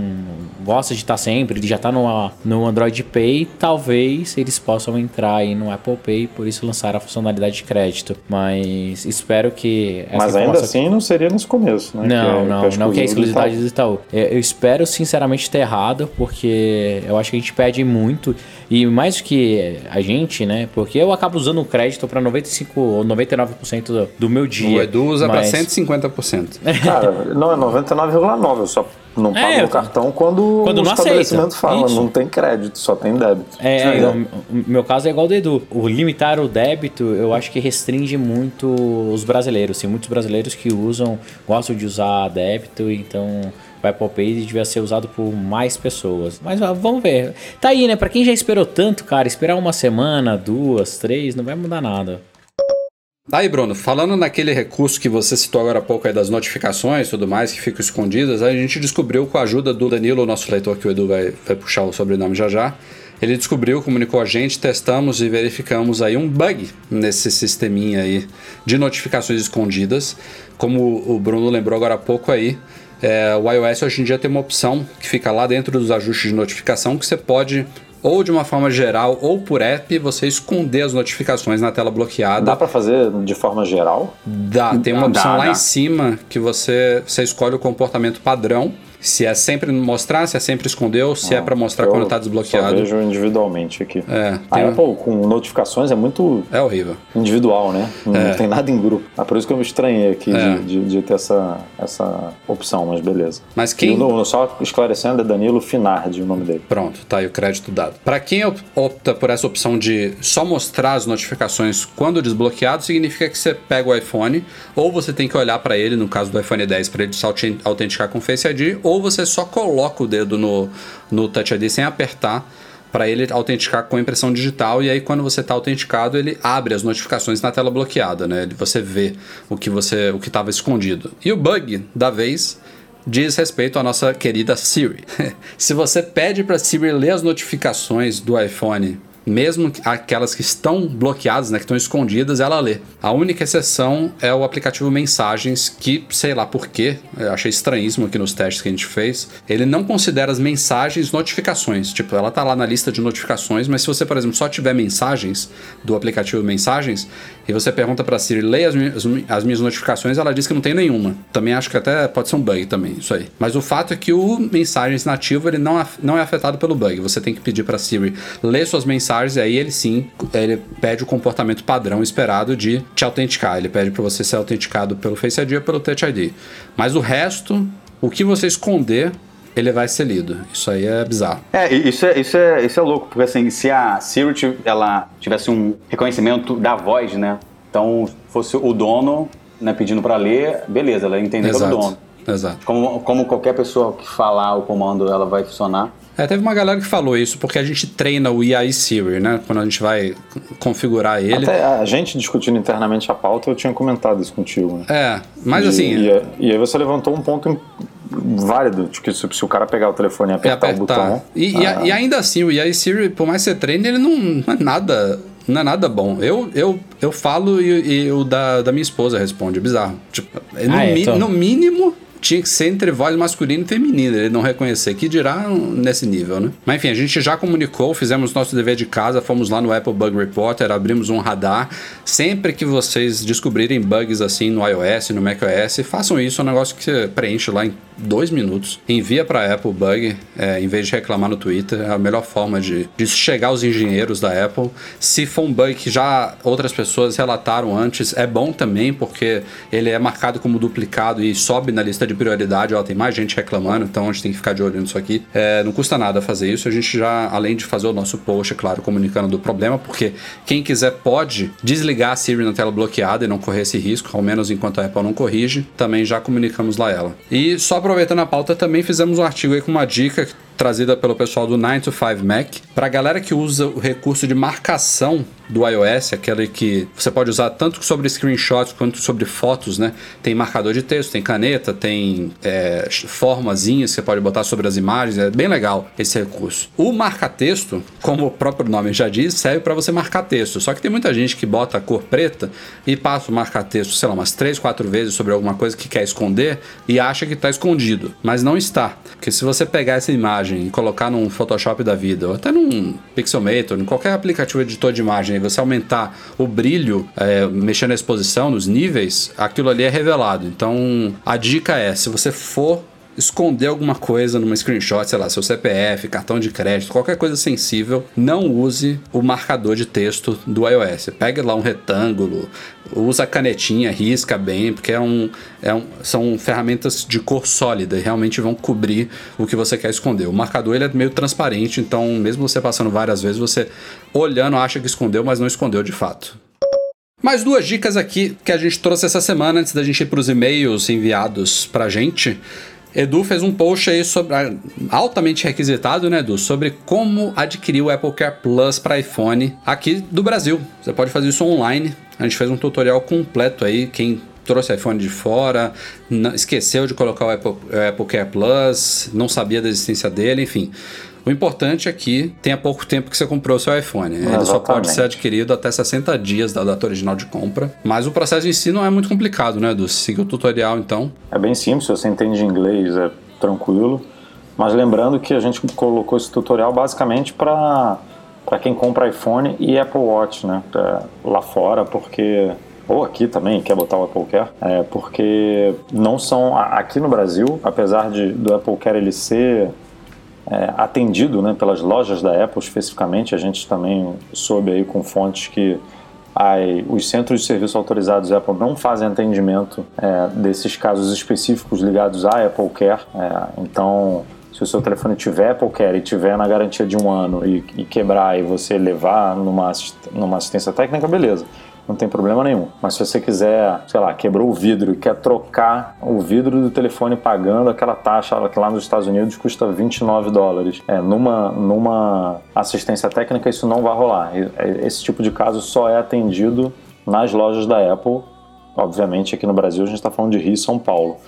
[SPEAKER 3] gosta de estar sempre, ele já está no Android Pay. Talvez eles possam entrar aí no Apple Pay, por isso lançaram a funcionalidade de crédito. Mas espero que...
[SPEAKER 4] Mas ainda assim não seria nesse começo, né?
[SPEAKER 3] Não que é a exclusividade do Itaú. Eu espero sinceramente ter errado, porque eu acho que a gente perde muito. E mais do que a gente, né? Porque eu acabo usando o crédito para 95 ou 99% do meu dia.
[SPEAKER 2] O Edu usa para 150%.
[SPEAKER 4] Cara, não, é 99,9%. Eu só não pago no cartão quando o estabelecimento fala. Isso. Não tem crédito, só tem débito.
[SPEAKER 3] O meu caso é igual ao do Edu. O limitar o débito, eu acho que restringe muito os brasileiros. Tem muitos brasileiros que gostam de usar débito, então... O Apple Pay devia ser usado por mais pessoas. Mas vamos ver. Tá aí, né? Pra quem já esperou tanto, cara, esperar uma semana, 2, 3, não vai mudar nada.
[SPEAKER 2] Aí, Bruno, falando naquele recurso que você citou agora há pouco aí das notificações e tudo mais, que ficam escondidas, a gente descobriu com a ajuda do Danilo, nosso leitor, que o Edu vai puxar o sobrenome já, ele descobriu, comunicou a gente, testamos e verificamos aí um bug nesse sisteminha aí de notificações escondidas. Como o Bruno lembrou agora há pouco aí, o iOS hoje em dia tem uma opção que fica lá dentro dos ajustes de notificação que você pode, ou de uma forma geral ou por app, você esconder as notificações na tela bloqueada.
[SPEAKER 4] Dá para fazer de forma geral?
[SPEAKER 2] Dá, tem uma opção lá em cima que você escolhe o comportamento padrão Se é sempre mostrar, se é sempre esconder ou se é para mostrar quando tá desbloqueado.
[SPEAKER 4] Eu vejo individualmente aqui.
[SPEAKER 2] A
[SPEAKER 4] Apple com notificações é muito...
[SPEAKER 2] É horrível.
[SPEAKER 4] Individual, né? Não tem nada em grupo. É por isso que eu me estranhei aqui de ter essa opção, mas beleza.
[SPEAKER 2] Mas quem...
[SPEAKER 4] Só esclarecendo, é Danilo Finardi o nome dele.
[SPEAKER 2] Pronto, tá aí o crédito dado. Para quem opta por essa opção de só mostrar as notificações quando desbloqueado, significa que você pega o iPhone, ou você tem que olhar para ele, no caso do iPhone 10, para ele se autenticar com Face ID, ou você só coloca o dedo no Touch ID sem apertar, para ele autenticar com impressão digital, e aí quando você está autenticado, ele abre as notificações na tela bloqueada, né? Você vê o que estava escondido. E o bug da vez diz respeito à nossa querida Siri. Se você pede para Siri ler as notificações do iPhone, mesmo aquelas que estão bloqueadas, né, que estão escondidas, ela lê. A única exceção é o aplicativo Mensagens, que, sei lá por quê, eu achei estranhíssimo aqui nos testes que a gente fez, ele não considera as mensagens notificações. Tipo, ela tá lá na lista de notificações, mas se você, por exemplo, só tiver mensagens do aplicativo Mensagens, e você pergunta pra Siri, leia as minhas notificações, ela diz que não tem nenhuma. Também acho que até pode ser um bug também, isso aí. Mas o fato é que o Mensagens nativo, ele não é afetado pelo bug. Você tem que pedir pra Siri ler suas mensagens, e aí ele pede o comportamento padrão esperado de te autenticar. Ele pede para você ser autenticado pelo Face ID ou pelo Touch ID. Mas o resto, o que você esconder, ele vai ser lido. Isso aí é bizarro.
[SPEAKER 5] Isso é louco, porque assim, se a Siri ela tivesse um reconhecimento da voz, né? Então, fosse o dono, né, pedindo para ler, beleza, ela entendeu pelo dono.
[SPEAKER 2] Exato.
[SPEAKER 5] Como qualquer pessoa que falar o comando, ela vai funcionar.
[SPEAKER 2] Teve uma galera que falou isso, porque a gente treina o AI Siri, né? Quando a gente vai configurar ele.
[SPEAKER 4] Até a gente discutindo internamente a pauta, eu tinha comentado isso contigo, né?
[SPEAKER 2] Mas assim...
[SPEAKER 4] E aí você levantou um ponto válido, de que se o cara pegar o telefone e apertar o botão...
[SPEAKER 2] E ainda assim, o AI Siri, por mais que você treine, ele não é nada... Não é nada bom. Eu falo e o da minha esposa responde. É bizarro. Tipo, no mínimo... tinha que ser entre voz masculina e feminina, ele não reconhecer, que dirá nesse nível, né? Mas enfim, a gente já comunicou, fizemos nosso dever de casa, fomos lá no Apple Bug Reporter, abrimos um radar. Sempre que vocês descobrirem bugs assim no iOS, no macOS, façam isso, é um negócio que você preenche lá em 2 minutos, envia para Apple Bug, em vez de reclamar no Twitter, é a melhor forma de chegar aos engenheiros da Apple. Se for um bug que já outras pessoas relataram antes, é bom também, porque ele é marcado como duplicado e sobe na lista de prioridade, tem mais gente reclamando, então a gente tem que ficar de olho nisso aqui. Não custa nada fazer isso, a gente já, além de fazer o nosso post, é claro, comunicando do problema, porque quem quiser pode desligar a Siri na tela bloqueada e não correr esse risco, ao menos enquanto a Apple não corrige, também já comunicamos lá ela. E só aproveitando a pauta, também fizemos um artigo aí com uma dica trazida pelo pessoal do 9to5 Mac, para a galera que usa o recurso de marcação do iOS, aquele que você pode usar tanto sobre screenshots quanto sobre fotos, né? Tem marcador de texto, tem caneta, tem formazinhas que você pode botar sobre as imagens, é bem legal esse recurso. O marca-texto, como o próprio nome já diz, serve para você marcar texto, só que tem muita gente que bota a cor preta e passa o marca-texto, sei lá, umas 3, 4 vezes sobre alguma coisa que quer esconder e acha que está escondido, mas não está, porque se você pegar essa imagem e colocar num Photoshop da vida, ou até num Pixelmator, em qualquer aplicativo editor de imagem, e você aumentar o brilho, mexer na exposição, nos níveis, aquilo ali é revelado. Então, a dica é, se você for esconder alguma coisa numa screenshot, sei lá, seu CPF, cartão de crédito, qualquer coisa sensível, não use o marcador de texto do iOS. Pega lá um retângulo, usa a canetinha, risca bem, porque são ferramentas de cor sólida e realmente vão cobrir o que você quer esconder. O marcador ele é meio transparente, então mesmo você passando várias vezes, você olhando acha que escondeu, mas não escondeu de fato. Mais 2 dicas aqui que a gente trouxe essa semana antes da gente ir para os e-mails enviados pra gente. Edu fez um post aí altamente requisitado, né, Edu? Sobre como adquirir o Apple Care Plus para iPhone aqui do Brasil. Você pode fazer isso online. A gente fez um tutorial completo aí. Quem trouxe iPhone de fora, esqueceu de colocar o Apple Care Plus, não sabia da existência dele, enfim. O importante é que tem há pouco tempo que você comprou o seu iPhone. Ele só pode ser adquirido até 60 dias da data original de compra. Mas o processo em si não é muito complicado, né, Edu? Siga o tutorial, então.
[SPEAKER 4] É bem simples, se você entende inglês, é tranquilo. Mas lembrando que a gente colocou esse tutorial basicamente para quem compra iPhone e Apple Watch, né? Lá fora, porque ou aqui também, quer botar o Apple Care, porque não são, aqui no Brasil, apesar do Apple Care ele ser atendido, né, pelas lojas da Apple especificamente, a gente também soube aí com fontes que os centros de serviço autorizados Apple não fazem atendimento desses casos específicos ligados à Apple Care, então se o seu telefone tiver Apple Care e tiver na garantia de 1 ano e quebrar e você levar numa assistência técnica, beleza, não tem problema nenhum. Mas se você quiser, sei lá, quebrou o vidro e quer trocar o vidro do telefone pagando aquela taxa que lá nos Estados Unidos custa $29, numa assistência técnica isso não vai rolar. Esse tipo de caso só é atendido nas lojas da Apple. Obviamente aqui no Brasil a gente está falando de Rio e São Paulo.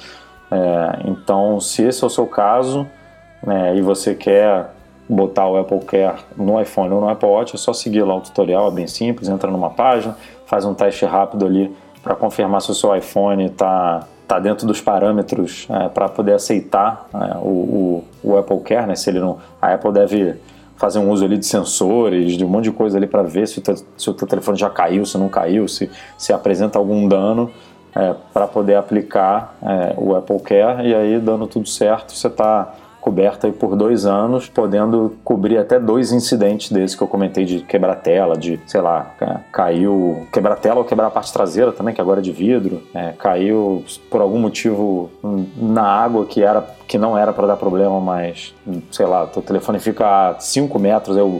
[SPEAKER 4] Então, se esse é o seu caso, e você quer botar o Apple Care no iPhone ou no Apple Watch, é só seguir lá o tutorial, é bem simples, entra numa página, faz um teste rápido ali para confirmar se o seu iPhone está dentro dos parâmetros para poder aceitar o Apple Care, né? Se ele não, a Apple deve fazer um uso ali de sensores, de um monte de coisa ali para ver se o teu telefone já caiu, se não caiu, se apresenta algum dano, para poder aplicar o Apple Care, e aí dando tudo certo, você está coberto aí por 2 anos, podendo cobrir até 2 incidentes desses que eu comentei, de quebrar tela, de, sei lá, quebrar tela ou quebrar a parte traseira também, que agora é de vidro, caiu por algum motivo na água que não era para dar problema, mas, sei lá, teu telefone fica a 5 metros, aí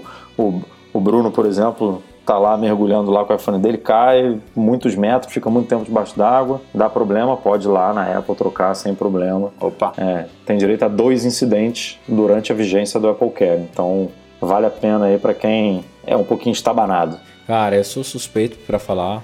[SPEAKER 4] o Bruno, por exemplo, tá lá mergulhando lá com o iPhone dele, cai muitos metros, fica muito tempo debaixo d'água, dá problema, pode ir lá na Apple trocar sem problema.
[SPEAKER 5] Opa!
[SPEAKER 4] Tem direito a 2 incidentes durante a vigência do Apple Care, então vale a pena aí para quem é um pouquinho estabanado.
[SPEAKER 3] Cara, eu sou suspeito pra falar,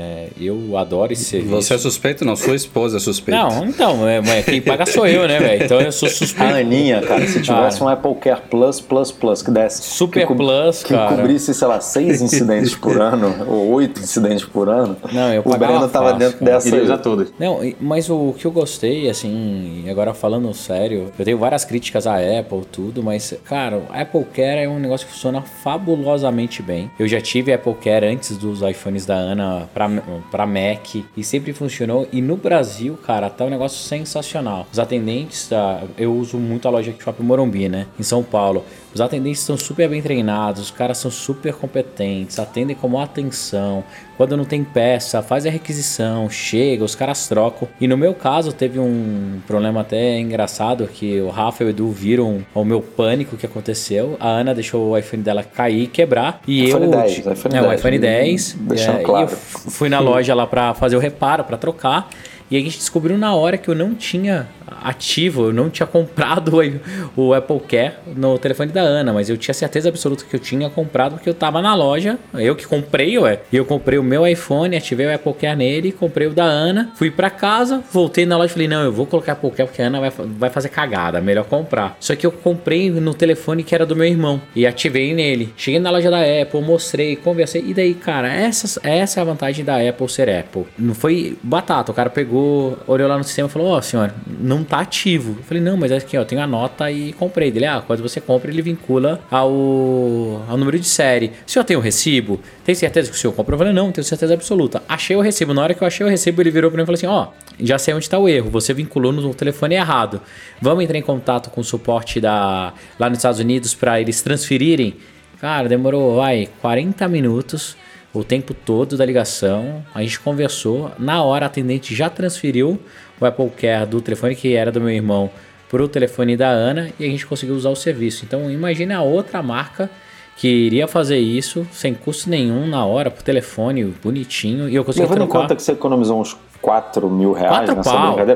[SPEAKER 3] eu adoro esse serviço.
[SPEAKER 2] Você é suspeito? Não, sua esposa é suspeita.
[SPEAKER 3] Não, então, quem paga sou eu, né, velho? Então eu sou suspeito.
[SPEAKER 4] A Aninha, cara, se tivesse um Apple Care Plus, que desse...
[SPEAKER 3] Super Plus,
[SPEAKER 4] que
[SPEAKER 3] cara.
[SPEAKER 4] cobrisse, sei lá, 6 incidentes por ano, ou 8 incidentes por ano,
[SPEAKER 3] não, eu
[SPEAKER 4] o Breno tava dentro dessa...
[SPEAKER 5] Iria usar todas.
[SPEAKER 3] Não, mas o que eu gostei, assim, agora falando sério, eu tenho várias críticas à Apple, tudo, mas, cara, o Apple Care é um negócio que funciona fabulosamente bem. Eu já tive Apple Care antes dos iPhones da Ana pra Mac e sempre funcionou. E no Brasil, cara, tá um negócio sensacional. Os atendentes, eu uso muito a loja Shopping Morumbi, né, em São Paulo. Os atendentes estão super bem treinados, os caras são super competentes, atendem com maior atenção. Quando não tem peça, faz a requisição, chega, os caras trocam. E no meu caso, teve um problema até engraçado, que o Rafa e o Edu viram o meu pânico que aconteceu. A Ana deixou o iPhone dela cair e quebrar. E
[SPEAKER 4] iPhone
[SPEAKER 3] eu...
[SPEAKER 4] 10,
[SPEAKER 3] o iPhone 10.
[SPEAKER 4] Deixando claro.
[SPEAKER 3] E eu fui na loja lá pra fazer o reparo, pra trocar. E a gente descobriu na hora que eu não tinha ativo, eu não tinha comprado o Apple Care no telefone da Ana, mas eu tinha certeza absoluta que eu tinha comprado porque eu tava na loja, eu que comprei, e eu comprei o meu iPhone, ativei o Apple Care nele, comprei o da Ana, fui pra casa, voltei na loja e falei, não, eu vou colocar Apple Care porque a Ana vai fazer cagada, melhor comprar. Só que eu comprei no telefone que era do meu irmão e ativei nele. Cheguei na loja da Apple, mostrei, conversei, e daí, cara, essa é a vantagem da Apple ser Apple. Não foi batata, o cara pegou, olhou lá no sistema e falou, ó, senhora, não tá ativo. Eu falei, não, mas aqui, ó, tenho a nota e comprei. Dele, quando você compra, ele vincula ao número de série. O senhor tem o recibo? Tem certeza que o senhor comprou? Eu falei, não, tenho certeza absoluta. Achei o recibo. Na hora que eu achei o recibo, ele virou pra mim e falou assim, ó, já sei onde tá o erro. Você vinculou no telefone errado. Vamos entrar em contato com o suporte lá nos Estados Unidos pra eles transferirem. Cara, demorou, 40 minutos. O tempo todo da ligação, a gente conversou, na hora a atendente já transferiu o Apple Care do telefone que era do meu irmão para o telefone da Ana e a gente conseguiu usar o serviço. Então imagine a outra marca que iria fazer isso sem custo nenhum na hora, por telefone, bonitinho, e eu consegui trocar.
[SPEAKER 4] Levando em conta que você economizou uns R$4.000
[SPEAKER 3] 4
[SPEAKER 4] nessa
[SPEAKER 3] pau,
[SPEAKER 4] brincadeira.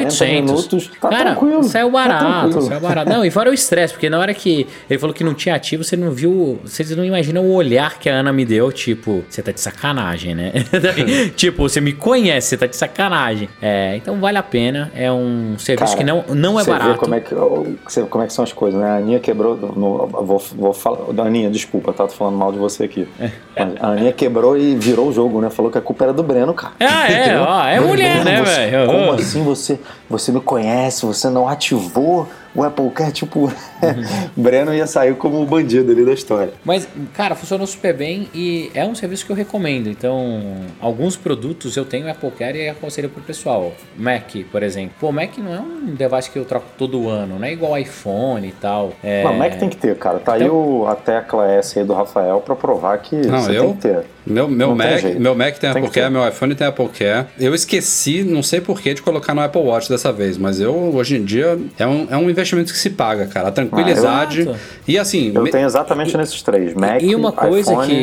[SPEAKER 3] 3.800.
[SPEAKER 4] Tá
[SPEAKER 3] cara,
[SPEAKER 4] tranquilo.
[SPEAKER 3] saiu barato. Não, e fora o estresse, porque na hora que ele falou que não tinha ativo, você não viu, vocês não imaginam o olhar que a Ana me deu, tipo, você tá de sacanagem, né? Tipo, você me conhece, você tá de sacanagem. Então vale a pena, é um serviço, cara, que não é barato.
[SPEAKER 4] Vê como é que são as coisas, né? A Aninha quebrou, vou falar, Aninha, desculpa, tá? Tô falando mal de você aqui. A Aninha quebrou e virou o jogo, né? Falou que a culpa era do Breno, cara.
[SPEAKER 3] É mulher, né, velho?
[SPEAKER 4] Como assim você me conhece, você não ativou o Apple Care, tipo, Breno ia sair como o bandido ali da história.
[SPEAKER 3] Mas, cara, funcionou super bem e é um serviço que eu recomendo. Então, alguns produtos eu tenho Apple Care e aconselho pro pessoal. Mac, por exemplo. Pô, Mac não é um device que eu troco todo ano, não é igual iPhone e tal.
[SPEAKER 4] Não, Mac tem que ter, cara. Tá então, aí a tecla S aí do Rafael pra provar que você tem que ter.
[SPEAKER 2] Meu Mac tem Apple Care, meu iPhone tem Apple Care. Eu esqueci, não sei porquê, de colocar no Apple Watch dessa vez, mas hoje em dia, é um investimento que se paga, cara. A tranquilidade. E assim.
[SPEAKER 4] Eu tenho exatamente nesses três: Mac,
[SPEAKER 3] e uma coisa
[SPEAKER 4] iPhone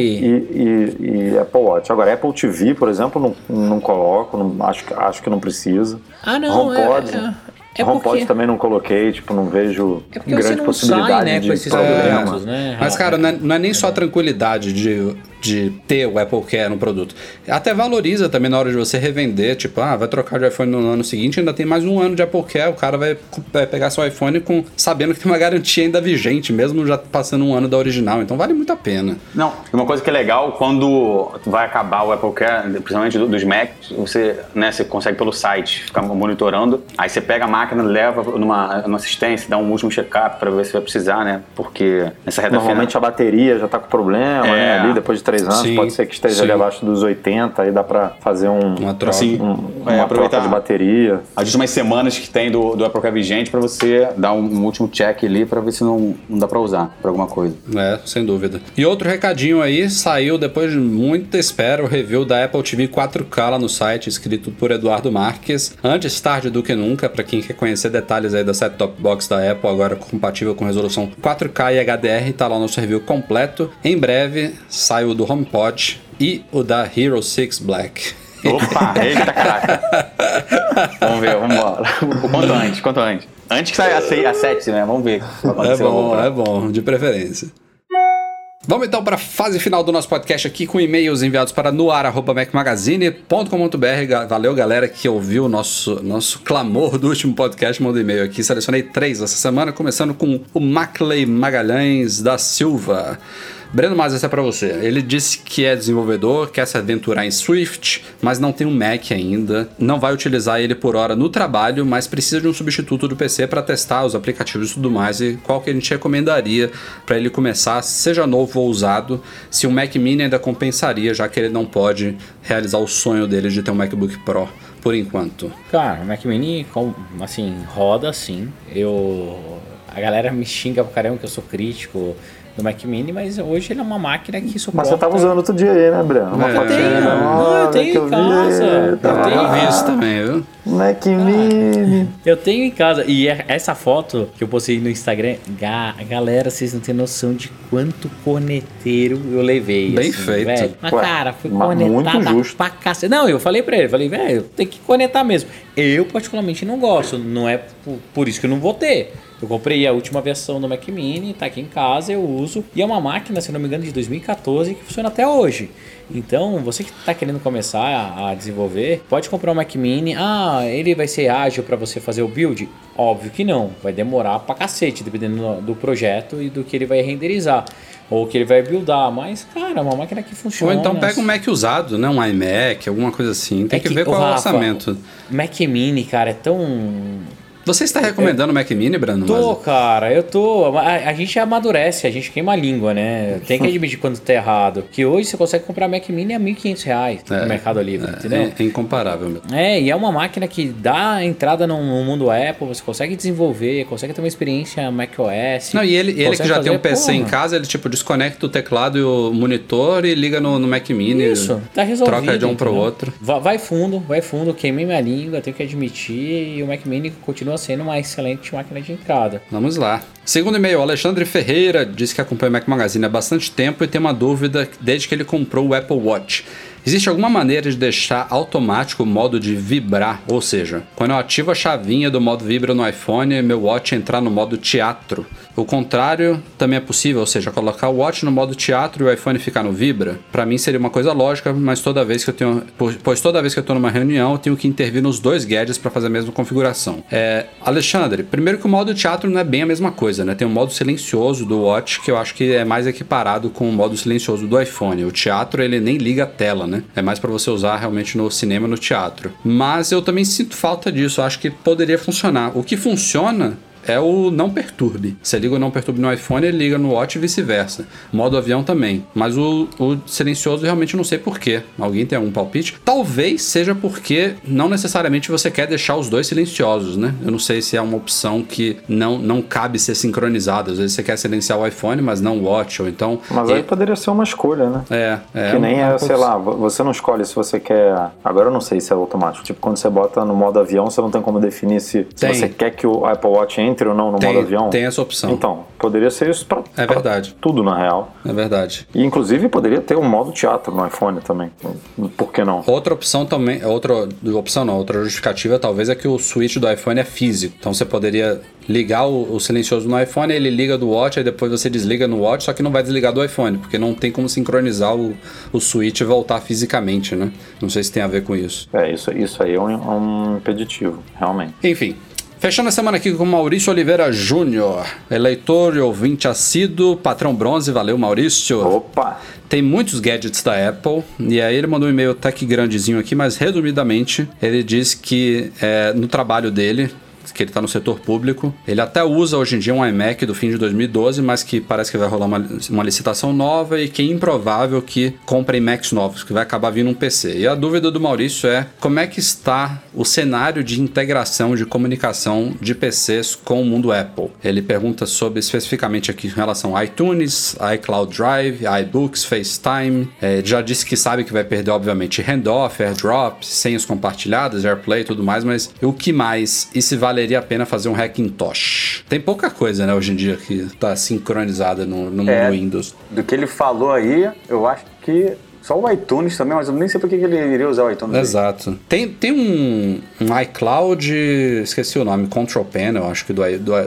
[SPEAKER 4] e Apple Watch. Agora, Apple TV, por exemplo, não coloco, acho que não precisa.
[SPEAKER 3] Não,
[SPEAKER 4] HomePod. HomePod também não coloquei, tipo, não vejo grande possibilidade
[SPEAKER 3] sai, né,
[SPEAKER 4] de
[SPEAKER 3] com esses
[SPEAKER 4] problema.
[SPEAKER 3] né?
[SPEAKER 2] Mas, cara, não é nem só a tranquilidade de ter o Apple Care no produto. Até valoriza também na hora de você revender, tipo, vai trocar de iPhone no ano seguinte, ainda tem mais um ano de Apple Care, o cara vai pegar seu iPhone sabendo que tem uma garantia ainda vigente, mesmo já passando um ano da original, então vale muito a pena.
[SPEAKER 5] Não, uma coisa que é legal, quando vai acabar o Apple Care, principalmente dos Macs, você consegue pelo site ficar monitorando, aí você pega a máquina, leva numa assistência, dá um último check-up pra ver se vai precisar, né, porque nessa reta
[SPEAKER 4] normalmente a bateria já tá com problema, né, ali depois de 3 anos, sim, pode ser que esteja ali abaixo dos 80, aí dá pra fazer uma troca, troca de bateria.
[SPEAKER 5] As últimas semanas que tem do Apple Care vigente pra você dar um último check ali pra ver se não dá pra usar pra alguma coisa.
[SPEAKER 2] Sem dúvida. E outro recadinho aí, saiu depois de muita espera o review da Apple TV 4K lá no site, escrito por Eduardo Marques. Antes tarde do que nunca, pra quem quer conhecer detalhes aí da set-top box da Apple, agora compatível com resolução 4K e HDR, tá lá o nosso review completo. Em breve sai o do HomePod e o da Hero 6 Black.
[SPEAKER 5] Opa, eita caraca. Vamos ver, vamos embora. Quanto antes. Antes que saia a 7, né? Vamos ver.
[SPEAKER 2] É bom, de preferência. Vamos então para a fase final do nosso podcast aqui com e-mails enviados para noar@macmagazine.com.br. Valeu, galera, que ouviu o nosso clamor do último podcast. Manda e-mail aqui. Selecionei 3 essa semana, começando com o Macley Magalhães da Silva. Breno, mas essa é pra você. Ele disse que é desenvolvedor, quer se aventurar em Swift, mas não tem um Mac ainda. Não vai utilizar ele por hora no trabalho, mas precisa de um substituto do PC para testar os aplicativos e tudo mais. E qual que a gente recomendaria para ele começar, seja novo ou usado, se o Mac Mini ainda compensaria, já que ele não pode realizar o sonho dele de ter um MacBook Pro por enquanto.
[SPEAKER 3] Cara, o Mac Mini, assim, roda sim. A galera me xinga pra caramba que eu sou crítico do Mac Mini, mas hoje ele é uma máquina que suporta...
[SPEAKER 4] Mas você tava usando outro dia aí, né, Breno?
[SPEAKER 3] Eu tenho em casa.
[SPEAKER 2] Eu vi isso também, viu?
[SPEAKER 4] Mac Mini.
[SPEAKER 3] Eu tenho em casa. E essa foto que eu postei no Instagram, galera, vocês não têm noção de quanto corneteiro eu levei.
[SPEAKER 2] Bem assim, feito.
[SPEAKER 3] Velho. Mas, cara, fui cornetada pra cacete. Não, eu falei pra ele, velho, tem que cornetar mesmo. Eu, particularmente, não gosto. Não é por isso que eu não vou ter. Eu comprei a última versão do Mac Mini, tá aqui em casa, eu uso. E é uma máquina, se não me engano, de 2014 que funciona até hoje. Então, você que tá querendo começar a desenvolver, pode comprar um Mac Mini. Ele vai ser ágil para você fazer o build? Óbvio que não. Vai demorar pra cacete, dependendo do projeto e do que ele vai renderizar. Ou que ele vai buildar. Mas, cara, é uma máquina que funciona.
[SPEAKER 2] Ou então pega um Mac usado, né? Um iMac, alguma coisa assim. Tem que ver qual é o orçamento.
[SPEAKER 3] Mac Mini, cara, é tão...
[SPEAKER 2] Você está recomendando o Mac Mini, Brando?
[SPEAKER 3] Cara, eu tô. A gente amadurece, a gente queima a língua, né? Tem que admitir quando tá errado. Que hoje você consegue comprar Mac Mini a R$1.500 no Mercado Livre, entendeu?
[SPEAKER 2] É incomparável mesmo.
[SPEAKER 3] E é uma máquina que dá entrada no mundo Apple, você consegue desenvolver, consegue ter uma experiência macOS.
[SPEAKER 2] Não, e ele que já tem um PC em casa, ele tipo desconecta o teclado e o monitor e liga no Mac Mini.
[SPEAKER 3] Isso, tá resolvido.
[SPEAKER 2] Troca de um pro outro.
[SPEAKER 3] Vai fundo, queimei minha língua, tenho que admitir, e o Mac Mini continua sendo uma excelente máquina de entrada.
[SPEAKER 2] Vamos lá. Segundo e-mail, Alexandre Ferreira diz que acompanha o Mac Magazine há bastante tempo e tem uma dúvida desde que ele comprou o Apple Watch. Existe alguma maneira de deixar automático o modo de vibrar? Ou seja, quando eu ativo a chavinha do modo vibra no iPhone, meu Watch entrar no modo teatro. O contrário também é possível, ou seja, colocar o Watch no modo teatro e o iPhone ficar no vibra. Para mim seria uma coisa lógica, mas toda vez que eu estou numa reunião, eu tenho que intervir nos dois gadgets para fazer a mesma configuração. Alexandre, primeiro que o modo teatro não é bem a mesma coisa, né? Tem o modo silencioso do Watch, que eu acho que é mais equiparado com o modo silencioso do iPhone. O teatro, ele nem liga a tela, né? É mais para você usar realmente no cinema, no teatro. Mas eu também sinto falta disso, eu acho que poderia funcionar. O que funciona é o não perturbe. Você liga o não perturbe no iPhone, ele liga no Watch e vice-versa. Modo avião também. Mas o silencioso realmente não sei porquê. Alguém tem algum palpite? Talvez seja porque não necessariamente você quer deixar os dois silenciosos, né? Eu não sei se é uma opção que não cabe ser sincronizada. Às vezes você quer silenciar o iPhone, mas não o Watch, ou então...
[SPEAKER 4] Mas aí poderia ser uma escolha, né? Que nem sei lá, você não escolhe se você quer... Agora eu não sei se é automático. Tipo, quando você bota no modo avião, você não tem como definir se você quer que o Apple Watch entre ou não no modo avião.
[SPEAKER 2] Tem essa opção.
[SPEAKER 4] Então, poderia ser isso pra
[SPEAKER 2] verdade.
[SPEAKER 4] Tudo, na real.
[SPEAKER 2] É verdade.
[SPEAKER 4] E, inclusive, poderia ter um modo teatro no iPhone também. Por que não?
[SPEAKER 2] Outra opção também... Outra justificativa talvez é que o switch do iPhone é físico. Então você poderia ligar o silencioso no iPhone, ele liga do Watch, aí depois você desliga no Watch, só que não vai desligar do iPhone, porque não tem como sincronizar o switch e voltar fisicamente, né? Não sei se tem a ver com isso.
[SPEAKER 4] Isso aí é um impeditivo, realmente.
[SPEAKER 2] Enfim. Fechando a semana aqui com o Maurício Oliveira Júnior, eleitor e ouvinte assíduo, patrão bronze, valeu Maurício.
[SPEAKER 4] Opa!
[SPEAKER 2] Tem muitos gadgets da Apple, e aí ele mandou um e-mail até que grandezinho aqui, mas resumidamente, ele diz que no trabalho dele, que ele está no setor público, ele até usa hoje em dia um iMac do fim de 2012, mas que parece que vai rolar uma licitação nova e que é improvável que comprem Macs novos, que vai acabar vindo um PC. E a dúvida do Maurício é como é que está o cenário de integração de comunicação de PCs com o mundo Apple. Ele pergunta sobre especificamente aqui em relação a iTunes, iCloud Drive, iBooks, FaceTime. Já disse que sabe que vai perder, obviamente, handoff, AirDrop, senhas compartilhadas, AirPlay e tudo mais, mas o que mais? E se valeria a pena fazer um Hackintosh? Tem pouca coisa, né, hoje em dia que está sincronizada no mundo Windows.
[SPEAKER 5] Do que ele falou aí, eu acho que só o iTunes também, mas eu nem sei por que ele iria usar o iTunes.
[SPEAKER 2] Exato. Aí. Tem um iCloud, esqueci o nome, Control Panel, acho que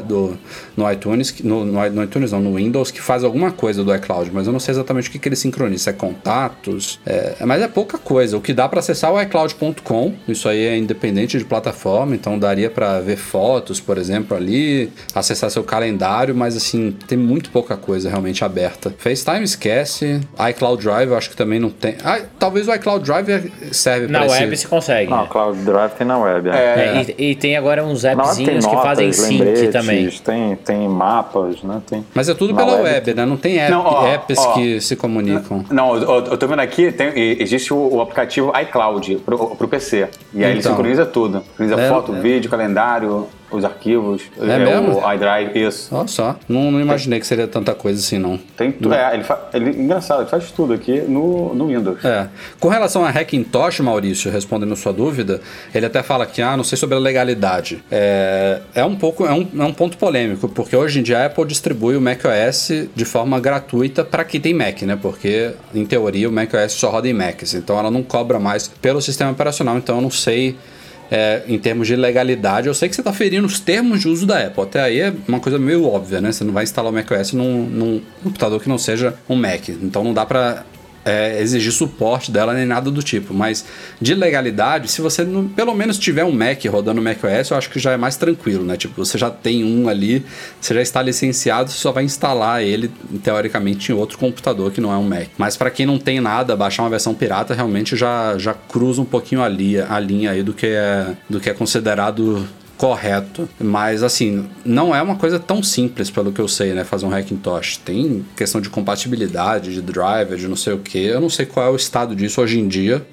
[SPEAKER 2] no iTunes, no iTunes não, no Windows, que faz alguma coisa do iCloud, mas eu não sei exatamente o que ele sincroniza, é contatos, mas é pouca coisa. O que dá para acessar é o iCloud.com, isso aí é independente de plataforma, então daria para ver fotos, por exemplo, ali, acessar seu calendário, mas assim, tem muito pouca coisa realmente aberta. FaceTime esquece, iCloud Drive eu acho que também não tem. Talvez o iCloud Drive serve para
[SPEAKER 3] na web se consegue.
[SPEAKER 4] Não, o Cloud Drive tem na web.
[SPEAKER 3] E tem agora uns appzinhos que fazem sync também.
[SPEAKER 4] Tem mapas, né?
[SPEAKER 2] Mas é tudo pela web, né? Não tem apps que se comunicam.
[SPEAKER 5] Não, eu tô vendo aqui, existe o aplicativo iCloud pro PC. E aí ele sincroniza tudo. Sincroniza foto, vídeo, calendário, os arquivos.
[SPEAKER 2] Mesmo?
[SPEAKER 5] O iDrive, isso.
[SPEAKER 2] Olha só. Não imaginei que seria tanta coisa assim, não.
[SPEAKER 5] Tem tudo. Engraçado, ele faz tudo aqui no Windows.
[SPEAKER 2] Com relação a Hackintosh, Maurício, respondendo sua dúvida, ele até fala que, não sei sobre a legalidade. É um ponto polêmico, porque hoje em dia a Apple distribui o macOS de forma gratuita para quem tem Mac, né? Porque, em teoria, o macOS só roda em Macs, então ela não cobra mais pelo sistema operacional, então eu não sei... em termos de legalidade, eu sei que você está ferindo os termos de uso da Apple. Até aí é uma coisa meio óbvia, né? Você não vai instalar o macOS num computador que não seja um Mac. Então não dá para exigir suporte dela nem nada do tipo. Mas de legalidade, se você pelo menos tiver um Mac rodando macOS, eu acho que já é mais tranquilo, né? Tipo, você já tem um ali, você já está licenciado, você só vai instalar ele, teoricamente, em outro computador que não é um Mac. Mas para quem não tem nada, baixar uma versão pirata realmente já cruza um pouquinho a linha aí do que é considerado correto, mas assim, não é uma coisa tão simples pelo que eu sei, né, fazer um Hackintosh. Tem questão de compatibilidade, de driver, de não sei o que, eu não sei qual é o estado disso hoje em dia.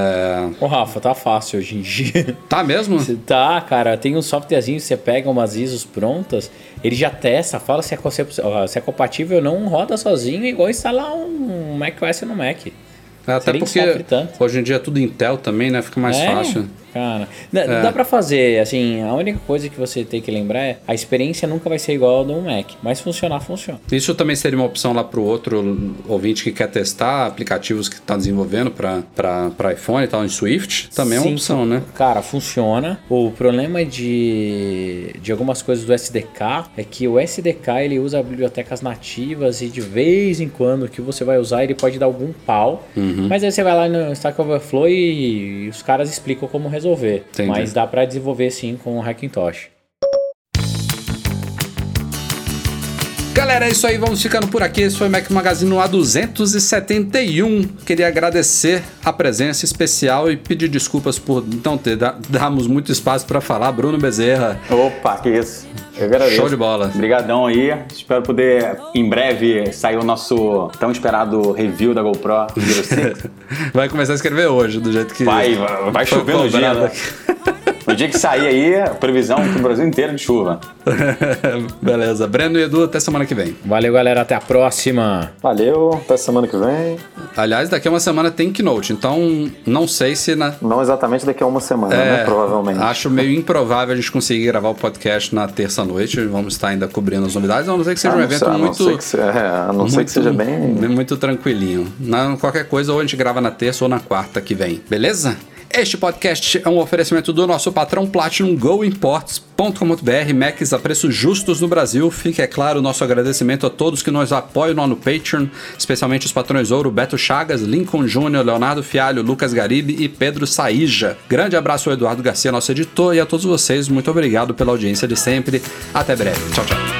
[SPEAKER 3] Ô Rafa, tá fácil hoje em dia.
[SPEAKER 2] Tá mesmo?
[SPEAKER 3] Tá, cara, tem um softwarezinho, você pega umas ISOs prontas, ele já testa, fala se é compatível ou não, roda sozinho, igual instalar um macOS no Mac.
[SPEAKER 2] Até porque hoje em dia é tudo Intel também, né, fica mais fácil.
[SPEAKER 3] Cara, dá pra fazer, assim, a única coisa que você tem que lembrar é a experiência nunca vai ser igual ao do Mac, mas funcionar, funciona.
[SPEAKER 2] Isso também seria uma opção lá pro outro ouvinte que quer testar aplicativos que tá desenvolvendo pra iPhone e tal, em Swift, também é uma opção, né?
[SPEAKER 3] Cara, funciona. O problema de algumas coisas do SDK é que o SDK, ele usa bibliotecas nativas e de vez em quando que você vai usar, ele pode dar algum pau, mas aí você vai lá no Stack Overflow e os caras explicam como resolver.
[SPEAKER 2] Entendi.
[SPEAKER 3] Mas dá pra desenvolver sim com o Hackintosh.
[SPEAKER 2] Galera, é isso aí, vamos ficando por aqui. Esse foi o Mac Magazine no A271. Queria agradecer a presença especial e pedir desculpas por não ter darmos muito espaço para falar. Bruno Bezerra.
[SPEAKER 5] Opa, que isso. Eu agradeço.
[SPEAKER 2] Show de bola.
[SPEAKER 5] Obrigadão aí. Espero poder, em breve, sair o nosso tão esperado review da GoPro Hero 6.
[SPEAKER 2] Vai começar a escrever hoje, do jeito que...
[SPEAKER 5] Vai chover no dia, né? No dia que sair aí, previsão pro Brasil inteiro de chuva.
[SPEAKER 2] Beleza. Breno e Edu, até semana que vem.
[SPEAKER 3] Valeu, galera. Até a próxima.
[SPEAKER 4] Valeu, até semana que vem.
[SPEAKER 2] Aliás, daqui a uma semana tem Keynote, então não sei se...
[SPEAKER 4] Não exatamente daqui a uma semana, né? Provavelmente.
[SPEAKER 2] Acho meio improvável a gente conseguir gravar o podcast na terça-noite. Vamos estar ainda cobrindo as novidades, a não ser que seja um evento muito... A não ser que seja bem... Muito tranquilinho. Qualquer coisa, ou a gente grava na terça ou na quarta que vem. Beleza? Este podcast é um oferecimento do nosso patrão Platinum GoImports.com.br, Macs a preços justos no Brasil. Fique, é claro, o nosso agradecimento a todos que nos apoiam no Patreon, especialmente os patrões Ouro, Beto Chagas, Lincoln Júnior, Leonardo Fialho, Lucas Garibe e Pedro Saíja. Grande abraço ao Eduardo Garcia, nosso editor, e a todos vocês, muito obrigado pela audiência de sempre. Até breve. Tchau, tchau.